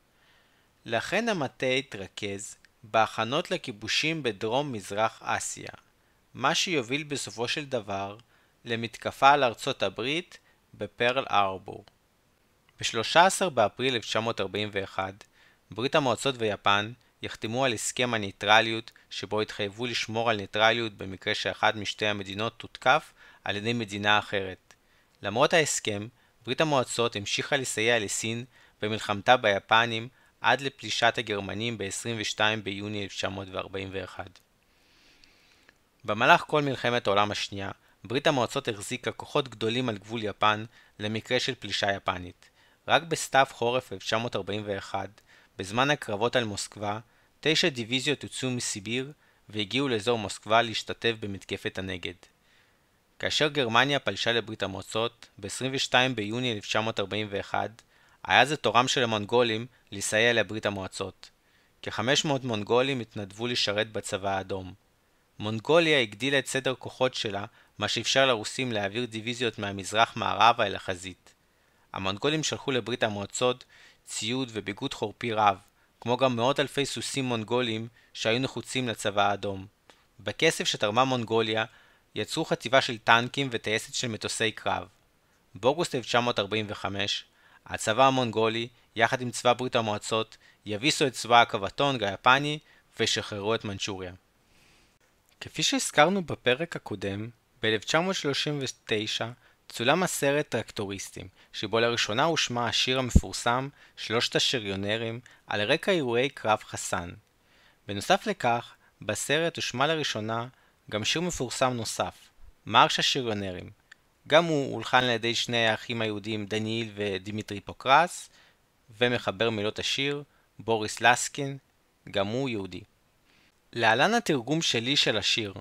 לכן המטה התרכז בהכנות לכיבושים בדרום מזרח אסיה, מה שיוביל בסופו של דבר למתקפה על ארצות הברית בפרל ארבור. ב-שלושה עשר באפריל אלף תשע מאות ארבעים ואחת ברית המועצות ויפן יחתמו על הסכם הניטרליות שבו התחייבו לשמור על ניטרליות במקרה שאחת משתי המדינות תותקף על ידי מדינה אחרת. למרות ההסכם, ברית המועצות המשיכה לסייע לסין במלחמתה ביפנים עד לפלישת הגרמנים ב-עשרים ושניים ביוני אלף תשע מאות ארבעים ואחת. במהלך כל מלחמת העולם השנייה, ברית המועצות החזיקה כוחות גדולים על גבול יפן למקרה של פלישה יפנית. רק בסתיו חורף אלף תשע מאות ארבעים ואחת, בזמן הקרבות על מוסקבה, תשע דיוויזיות הוצאו מסיביר והגיעו לאזור מוסקבה להשתתף במתקפת הנגד. כאשר גרמניה פלשה לברית המועצות, ב-עשרים ושניים ביוני אלף תשע מאות ארבעים ואחת, היה זה תורם של המונגולים לסייע לברית המועצות. כ-חמש מאות מונגולים התנדבו לשרת בצבא האדום. מונגוליה הגדילה את סדר כוחות שלה, מה שאפשר לרוסים להעביר דיוויזיות מהמזרח מערבה אל החזית. המונגולים שלחו לברית המועצות ציוד וביגוד חורפי רב, כמו גם מאות אלפי סוסים מונגולים שהיו נחוצים לצבא האדום. בכסף שתרמה מונגוליה, יצרו חטיבה של טנקים וטייסת של מטוסי קרב. באוגוסט אלף תשע מאות ארבעים וחמש, הצבא המונגולי, יחד עם צבא ברית המועצות, יביסו את צבא הקוואטונג היפני ושחררו את מנצ'וריה. כפי שהזכרנו בפרק הקודם, ב-אלף תשע מאות שלושים ותשע צולם הסרט טרקטוריסטים, שבו לראשונה הושמע השיר המפורסם שלושת השריונרים על רקע אירועי קרב חסן. בנוסף לכך, בסרט הושמע לראשונה גם שיר מפורסם נוסף, מרש השריונרים. גם הוא הולחן על ידי שני האחים היהודים דניאל ודימיטרי פוקרס, ומחבר מילות השיר בוריס לסקין, גם הוא יהודי. להלן התרגום שלי של השיר.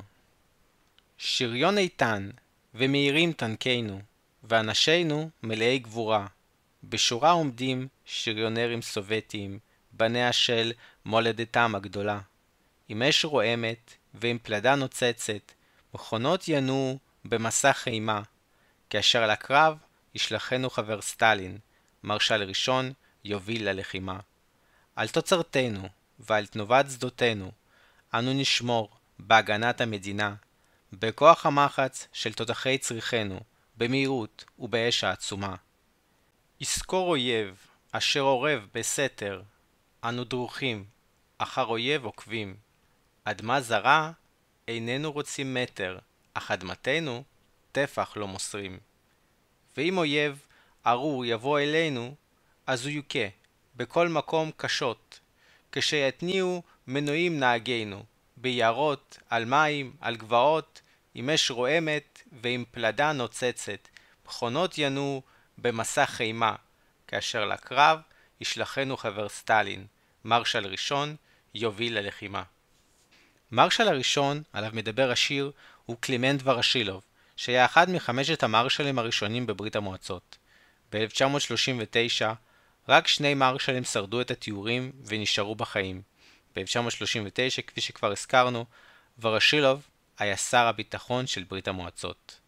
שריון איתן ומהירים טנקינו, ואנשינו מלאי גבורה. בשורה עומדים שריונרים סובייטיים, בניה של מולדתם הגדולה. עם אש רועמת ועם פלדה נוצצת, מכונות ינועו במסע חימה, כאשר לקרב ישלחנו חבר סטלין, מרשל ראשון יוביל ללחימה. על תוצרתנו ועל תנובת שדותינו, אנו נשמור בהגנת המדינה, בכוח המחץ של תותחי צריכנו, במהירות ובאש העצומה. יזכור אויב, אשר עורב בסתר, אנו דרוכים, אחר אויב עוקבים. אדמה זרה, איננו רוצים מטר, אך אדמתנו טפח לא מוסרים. ואם אויב ארור יבוא אלינו, אז הוא יוכה, בכל מקום קשות, כשיתניעו מנועים נהגינו, ביערות, על מים, על גבעות, עם אש רועמת ועם פלדה נוצצת, מכונות ינועו במסע חימה, כאשר לקרב ישלחנו חבר סטלין, מרשל ראשון יוביל ללחימה. מרשל הראשון, עליו מדבר השיר, הוא קלימנט ורשילוב, שהיה אחד מחמשת המרשלים הראשונים בברית המועצות. ב-אלף תשע מאות שלושים ותשע, רק שני מרשלים שרדו את התיאורים ונשארו בחיים. ב-אלף תשע מאות שלושים ותשע, כפי שכבר הזכרנו, ורשילוב היה שר הביטחון של ברית המועצות.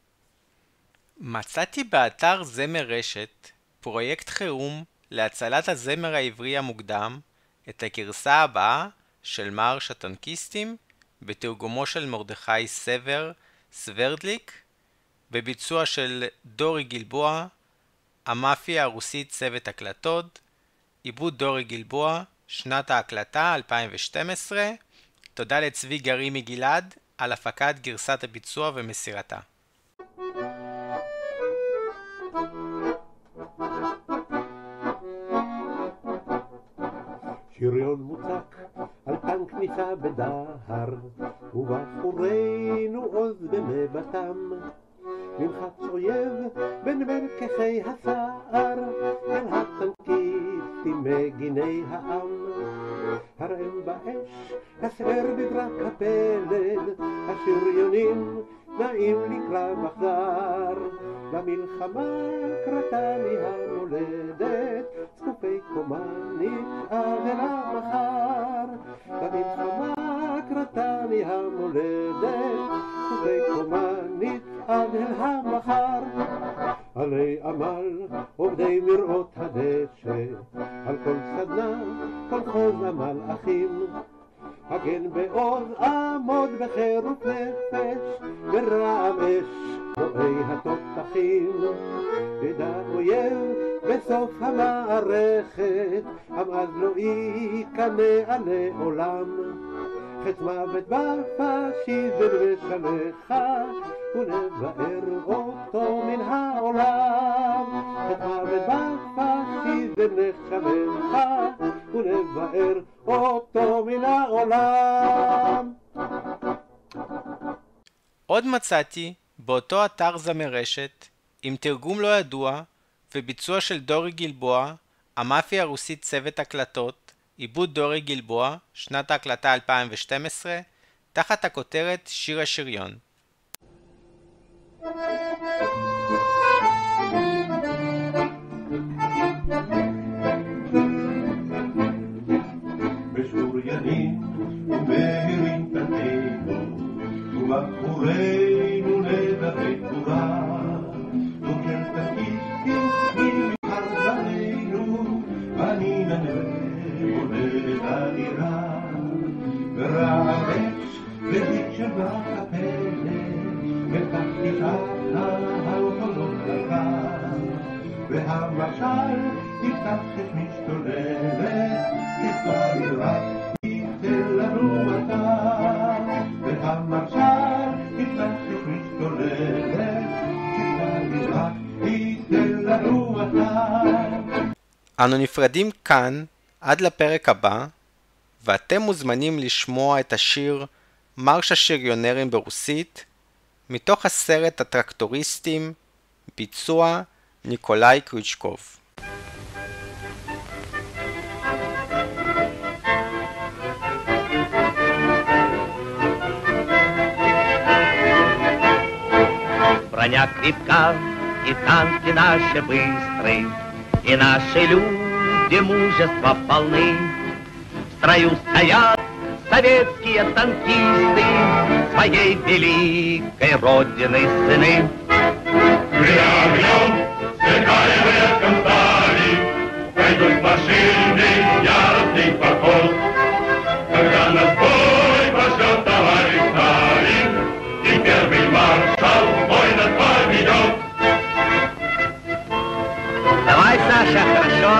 מצאתי באתר זמר רשת פרויקט חירום להצלת הזמר העברי המוקדם, את הגרסה הבאה של מרש הטנקיסטים בתרגומו של מרדכי סבר סברדליק, בביצוע של דורי גלבוע, המאפיה הרוסית צוות הקלטות, עיבוד דורי גלבוע, שנת ההקלטה אלפיים ושתים עשרה. תודה לצבי גרי מגלעד על הפקת גרסת הביצוע ומסירתה. שריון מוצק על טנק ניסה בדהר, ובחורינו עוז במבטם. נלחץ אויב בין מרכסי הסער, אל הטנקיסטים מגיני העם. הרם באש, הסער בברק הפלד, השריונים נעים לי כלל מחזר. למלחמה קראתה לי המולדת, זקופי קומה נתעד אל המחר. למלחמה קראתה לי המולדת, זקופי קומה נתעד אל המחר. עלי עמל עובדי מראות הדשא, על כל סדנה כל חוז המלאכים. הגן בעוז עמוד בחירוף נפש, ברעם אש רואי התותחים. ידע אויב בסוף המערכת, עם אז לא ייכנע לעולם. חץ מוות בפשיזם ושלחה, ונבער אותו מן העולם. חץ מוות בפשיזם ושלחה, ונבער אותו מן העולם. עוד מצאתי באותו אתר זמרשת עם תרגום לא ידוע וביצוע של דורי גלבוע, המאפיה הרוסית צוות הקלטות, עיבוד דורי גלבוע, שנת ההקלטה אלפיים ושתים עשרה, תחת הכותרת שיר השריון. משוריינים ומהירים תתנו, ובחורינו נדבי גבורה, דוקר תקיסים ממחר זמנו, אני ננבא מולדת אדירה. ורעש ודיק של ברק הפלא, ותחתיכת ההלכונות לקר, והמשל יפתח את משתוללת, תפתח רק ייתן לנו אתה. והמשל יפתח את משתוללת, תפתח רק ייתן לנו אתה. אנו נפרדים כאן עד לפרק הבא, ואתם מוזמנים לשמוע את השיר מרש השריונרים ברוסית, מתוך הסרט הטרקטוריסטים, ביצוע ניקולאי קריצ'קוב. Броня крепка, и танки наши быстрые, и наши люди мужества полны. В строю стоят советские танкисты, своей великой родины сыны. Мы огнем сверкаем резком стали, пойдут машины яростный поход. Когда нас бой пошлет товарищ Сталин, и первый маршал бой нас поведет. Давай, Саша, хорошо.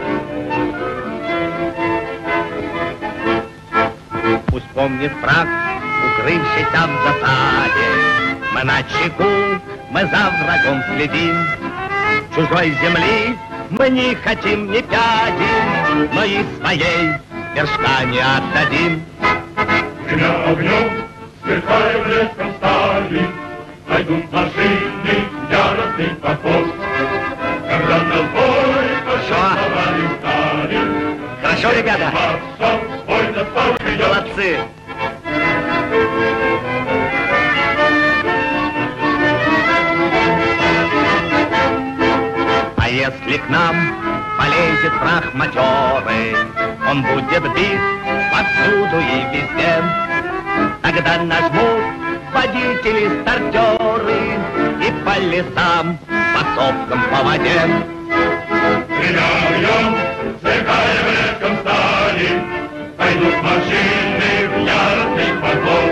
Пусть помнит враг, укрывшийся в засаде. Мы на чеку, мы за врагом следим. Чужой земли мы не хотим ни пяди, но и своей вершка не отдадим. Гремя огнем, сверкая в резком стали, пойдут машины яростный поход. Когда нас бой пошлет товарищ Сталин, Хорошо, ребята. маршал бой нас поведет. Молодцы. А если к нам полезет враг матерый, он будет бит повсюду и везде. Тогда нажмут водители-стартеры и по лесам, по сопкам, по воде. Гремя огнем, сверкая в резком стали, пойдут машины в яростный поход.